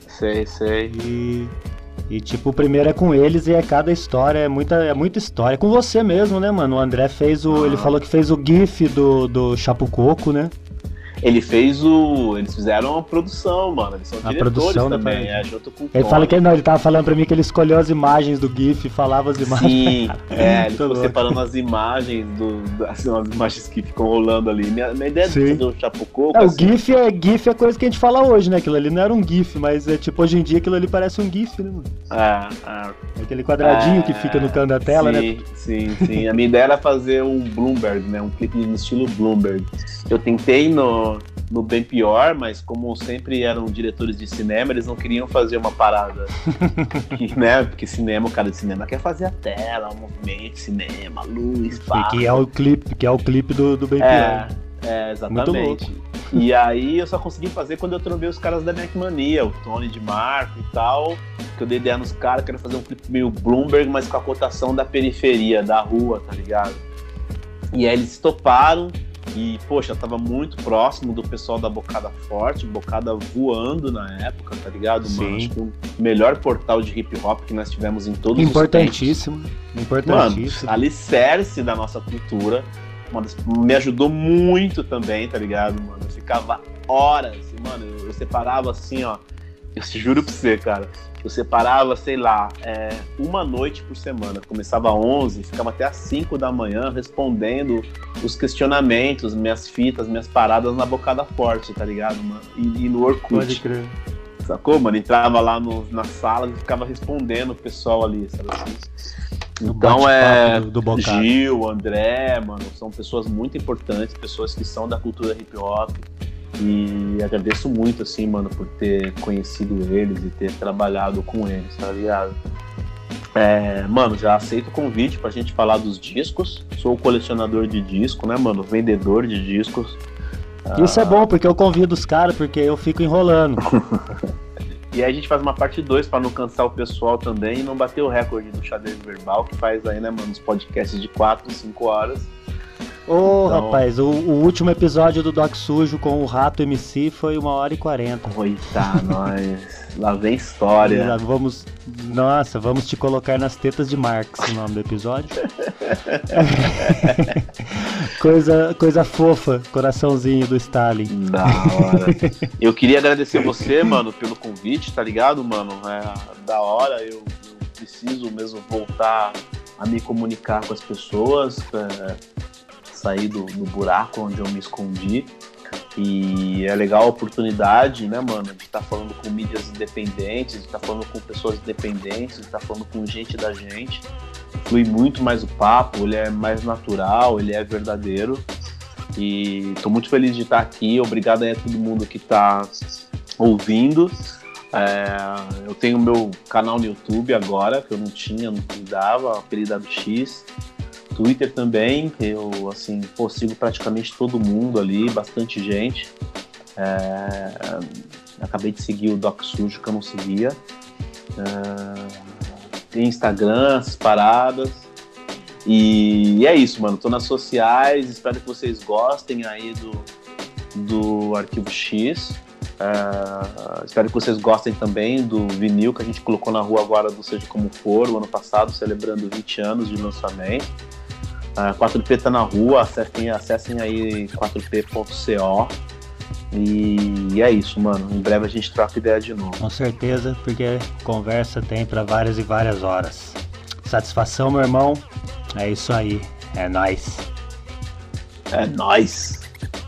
Sei. E tipo, o primeiro é com eles e cada história, é muita história. É com você mesmo, né, mano? O André fez ele falou que fez o GIF do Chapo Coco, né? Eles fizeram a produção, mano. Eles são diretores também, junto com o Ele fala que ele tava falando pra mim que ele escolheu as imagens do GIF, falava as imagens. Sim, ele ficou separando as imagens as imagens que ficam rolando ali. Minha ideia de fazer o Chapo Coco... O GIF é coisa que a gente fala hoje, né? Aquilo ali não era um GIF, mas é tipo, hoje em dia aquilo ali parece um GIF, né, mano? Aquele quadradinho que fica no canto da tela, né? Sim. A minha ideia era fazer um Bloomberg, né? Um clipe no estilo Bloomberg. Eu tentei no Bem Pior, mas como sempre eram diretores de cinema, eles não queriam fazer uma parada que, né, porque o cara de cinema quer fazer a tela, o movimento, cinema, luz, pá. Que é o clipe do Bem Pior. Exatamente. E aí eu só consegui fazer quando eu trombei os caras da Mac Mania, o Tony de Marco e tal, que eu dei ideia nos caras, quero fazer um clipe meio Bloomberg, mas com a cotação da periferia, da rua, tá ligado? E aí eles toparam. E, poxa, tava muito próximo do pessoal da Bocada Forte, Bocada voando na época, tá ligado, mano? Acho que o melhor portal de hip hop que nós tivemos em todos os tempos. Mano, alicerce da nossa cultura. Mano, me ajudou muito também, tá ligado, mano? Eu ficava horas, mano, eu separava assim, ó. Eu te juro pra você, cara. Eu separava, sei lá, uma noite por semana. Começava às 11, ficava até às 5 da manhã respondendo os questionamentos, minhas fitas, minhas paradas na Bocada Forte, tá ligado, mano? E no Orkut. Pode crer. Sacou, mano? Entrava lá na sala e ficava respondendo o pessoal ali, sabe assim? Então do Gil, André, mano, são pessoas muito importantes, pessoas que são da cultura hip hop. E agradeço muito, assim, mano, por ter conhecido eles e ter trabalhado com eles, tá ligado? Mano, já aceito o convite pra gente falar dos discos. Sou colecionador de disco, né, mano? Vendedor de discos. Isso é bom, porque eu convido os caras, porque eu fico enrolando. E aí a gente faz uma parte 2 pra não cansar o pessoal também e não bater o recorde do Xadrez Verbal, que faz aí, né, mano, os podcasts de 4, 5 horas. Então... rapaz, o último episódio do Doc Sujo com o Rato MC foi 1h40. Coitado, nós. Lá vem história. Vamos te colocar nas tetas de Marx, o nome do episódio. coisa fofa, coraçãozinho do Stalin. Da hora. Eu queria agradecer você, mano, pelo convite, tá ligado, mano? Da hora, eu preciso mesmo voltar a me comunicar com as pessoas, sair do buraco onde eu me escondi. E é legal a oportunidade, né, mano, de estar falando com mídias independentes, de estar falando com pessoas independentes, de estar falando com gente da gente. Flui muito mais o papo, ele é mais natural, ele é verdadeiro. E tô muito feliz de estar aqui. Obrigado aí a todo mundo que tá ouvindo. Eu tenho meu canal no YouTube agora, que eu não tinha, não cuidava, apelidado X. Twitter também, eu assim, sigo praticamente todo mundo ali, bastante gente. Acabei de seguir o Doc Sujo, que eu não seguia. Tem Instagram, essas paradas. E é isso, mano. Tô nas sociais, espero que vocês gostem aí do Arquivo X. Espero que vocês gostem também do vinil que a gente colocou na rua agora do Seja Como For, o ano passado, celebrando 20 anos de lançamento. 4P tá na rua, acessem aí 4p.co. E é isso, mano. Em breve a gente troca ideia de novo. Com certeza, porque conversa tem pra várias e várias horas. Satisfação, meu irmão. É isso aí. É nóis. É nóis.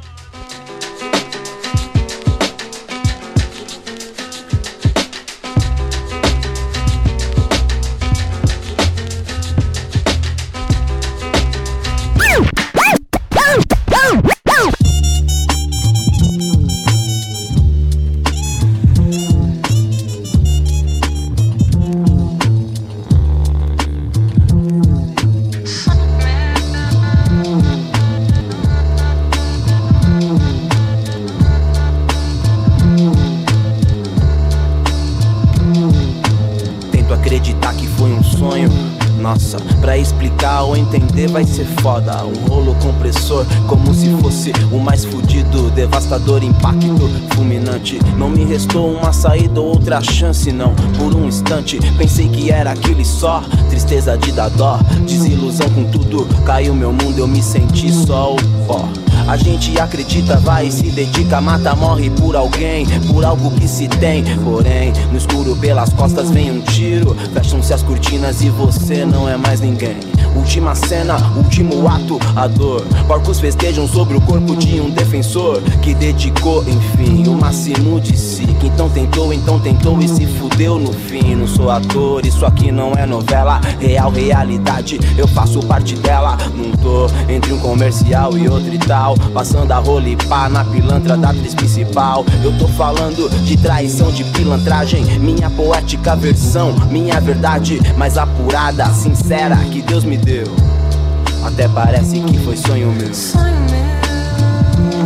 Acreditar que foi um sonho. Nossa, pra explicar ou entender vai ser foda. Um rolo compressor, como se fosse o mais fudido. Devastador impacto, fulminante. Não me restou uma saída ou outra chance, não. Por um instante, pensei que era aquilo e só. Tristeza de dar dó, desilusão com tudo. Caiu meu mundo, eu me senti só o pó. A gente acredita, vai e se dedica, mata, morre por alguém, por algo que se tem. Porém, no escuro pelas costas vem um tiro. Fecham-se as cortinas e você não é mais ninguém. Última cena, último ato, a dor. Porcos festejam sobre o corpo de um defensor que dedicou, enfim, o máximo de si. Que então tentou e se fudeu no fim. Não sou ator, isso aqui não é novela. Real, realidade, eu faço parte dela. Não tô entre um comercial e outro e tal, passando a rola e pá na pilantra da atriz principal. Eu tô falando de traição, de pilantragem. Minha poética versão, minha verdade mais apurada, sincera, que Deus me deu. Até parece que foi sonho meu. Sonho meu.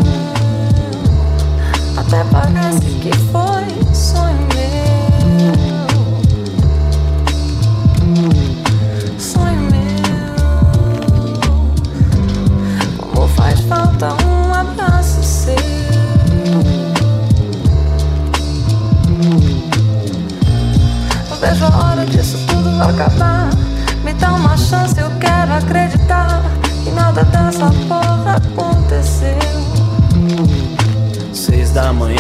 Até parece que foi sonho meu. Sonho meu. Como faz falta um abraço seu. Não vejo a hora disso tudo acabar. Me dá uma chance, eu quero acreditar que nada dessa porra aconteceu. 6 da manhã,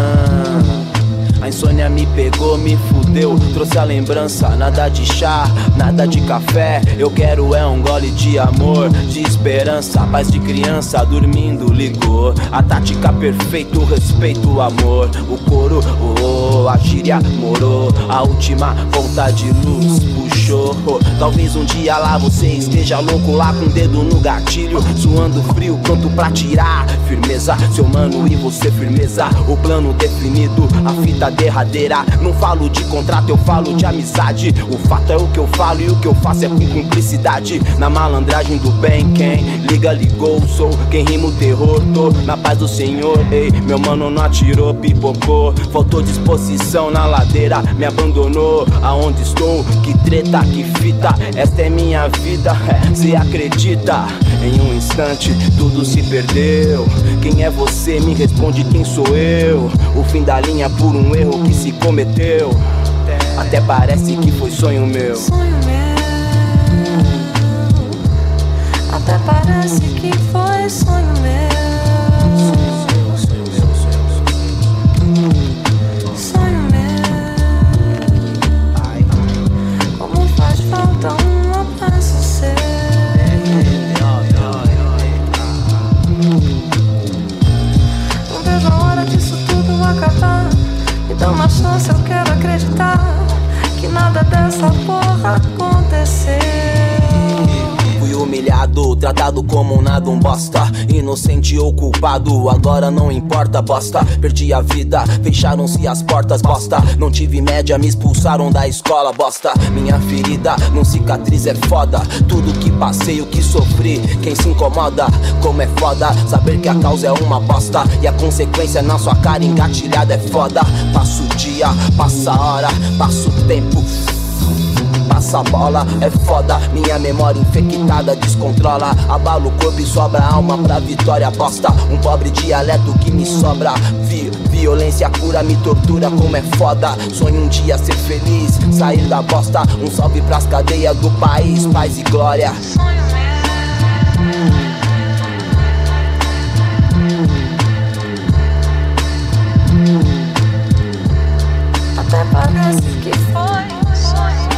a insônia me pegou, me fudeu. Trouxe a lembrança, nada de chá, nada de café. Eu quero é um gole de amor, de esperança. Paz de criança dormindo ligou. A tática perfeita, o respeito, o amor. O coro, a gíria morou. A última vontade de luz puxou. Talvez um dia lá você esteja louco lá com o dedo no gatilho, suando frio, pronto pra tirar. Firmeza, seu mano e você firmeza. O plano definido, a fita derradeira. Não falo de contrato, eu falo de amizade. O fato é o que eu falo e o que eu faço é com cumplicidade. Na malandragem do bem, quem liga, ligou. Sou quem rima o terror, tô na paz do Senhor. Ei, meu mano não atirou, pipocou. Faltou disposição na ladeira, me abandonou. Aonde estou? Que treta, que fita. Esta é minha vida, cê acredita? Em um instante tudo se perdeu. Quem é você? Me responde quem sou eu. O fim da linha por um erro que se cometeu. Até parece que foi sonho meu. Sonho meu. Até parece que foi sonho meu. Sonho meu. Como faz falta um abraço seu. Não vejo a hora disso tudo acabar. Me dá uma chance, eu quero acreditar que nada dessa porra aconteceu. Fui humilhado, tratado como nada, um bosta. Inocente ou culpado, agora não importa, bosta. Perdi a vida, fecharam-se as portas, bosta. Não tive média, me expulsaram da escola, bosta. Minha ferida, não cicatriz, é foda. Tudo que passei, o que sofri, quem se incomoda. Como é foda, saber que a causa é uma bosta. E a consequência na sua cara engatilhada é foda. Passa o dia, passa a hora, passa o tempo, passa a bola, é foda. Minha memória infectada descontrola. Abalo o corpo e sobra a alma pra vitória, bosta. Um pobre dialeto que me sobra. Violência cura, me tortura, como é foda. Sonho um dia ser feliz, sair da bosta. Um salve pras cadeias do país, paz e glória. Sonho meu. Até parece que foi sonho.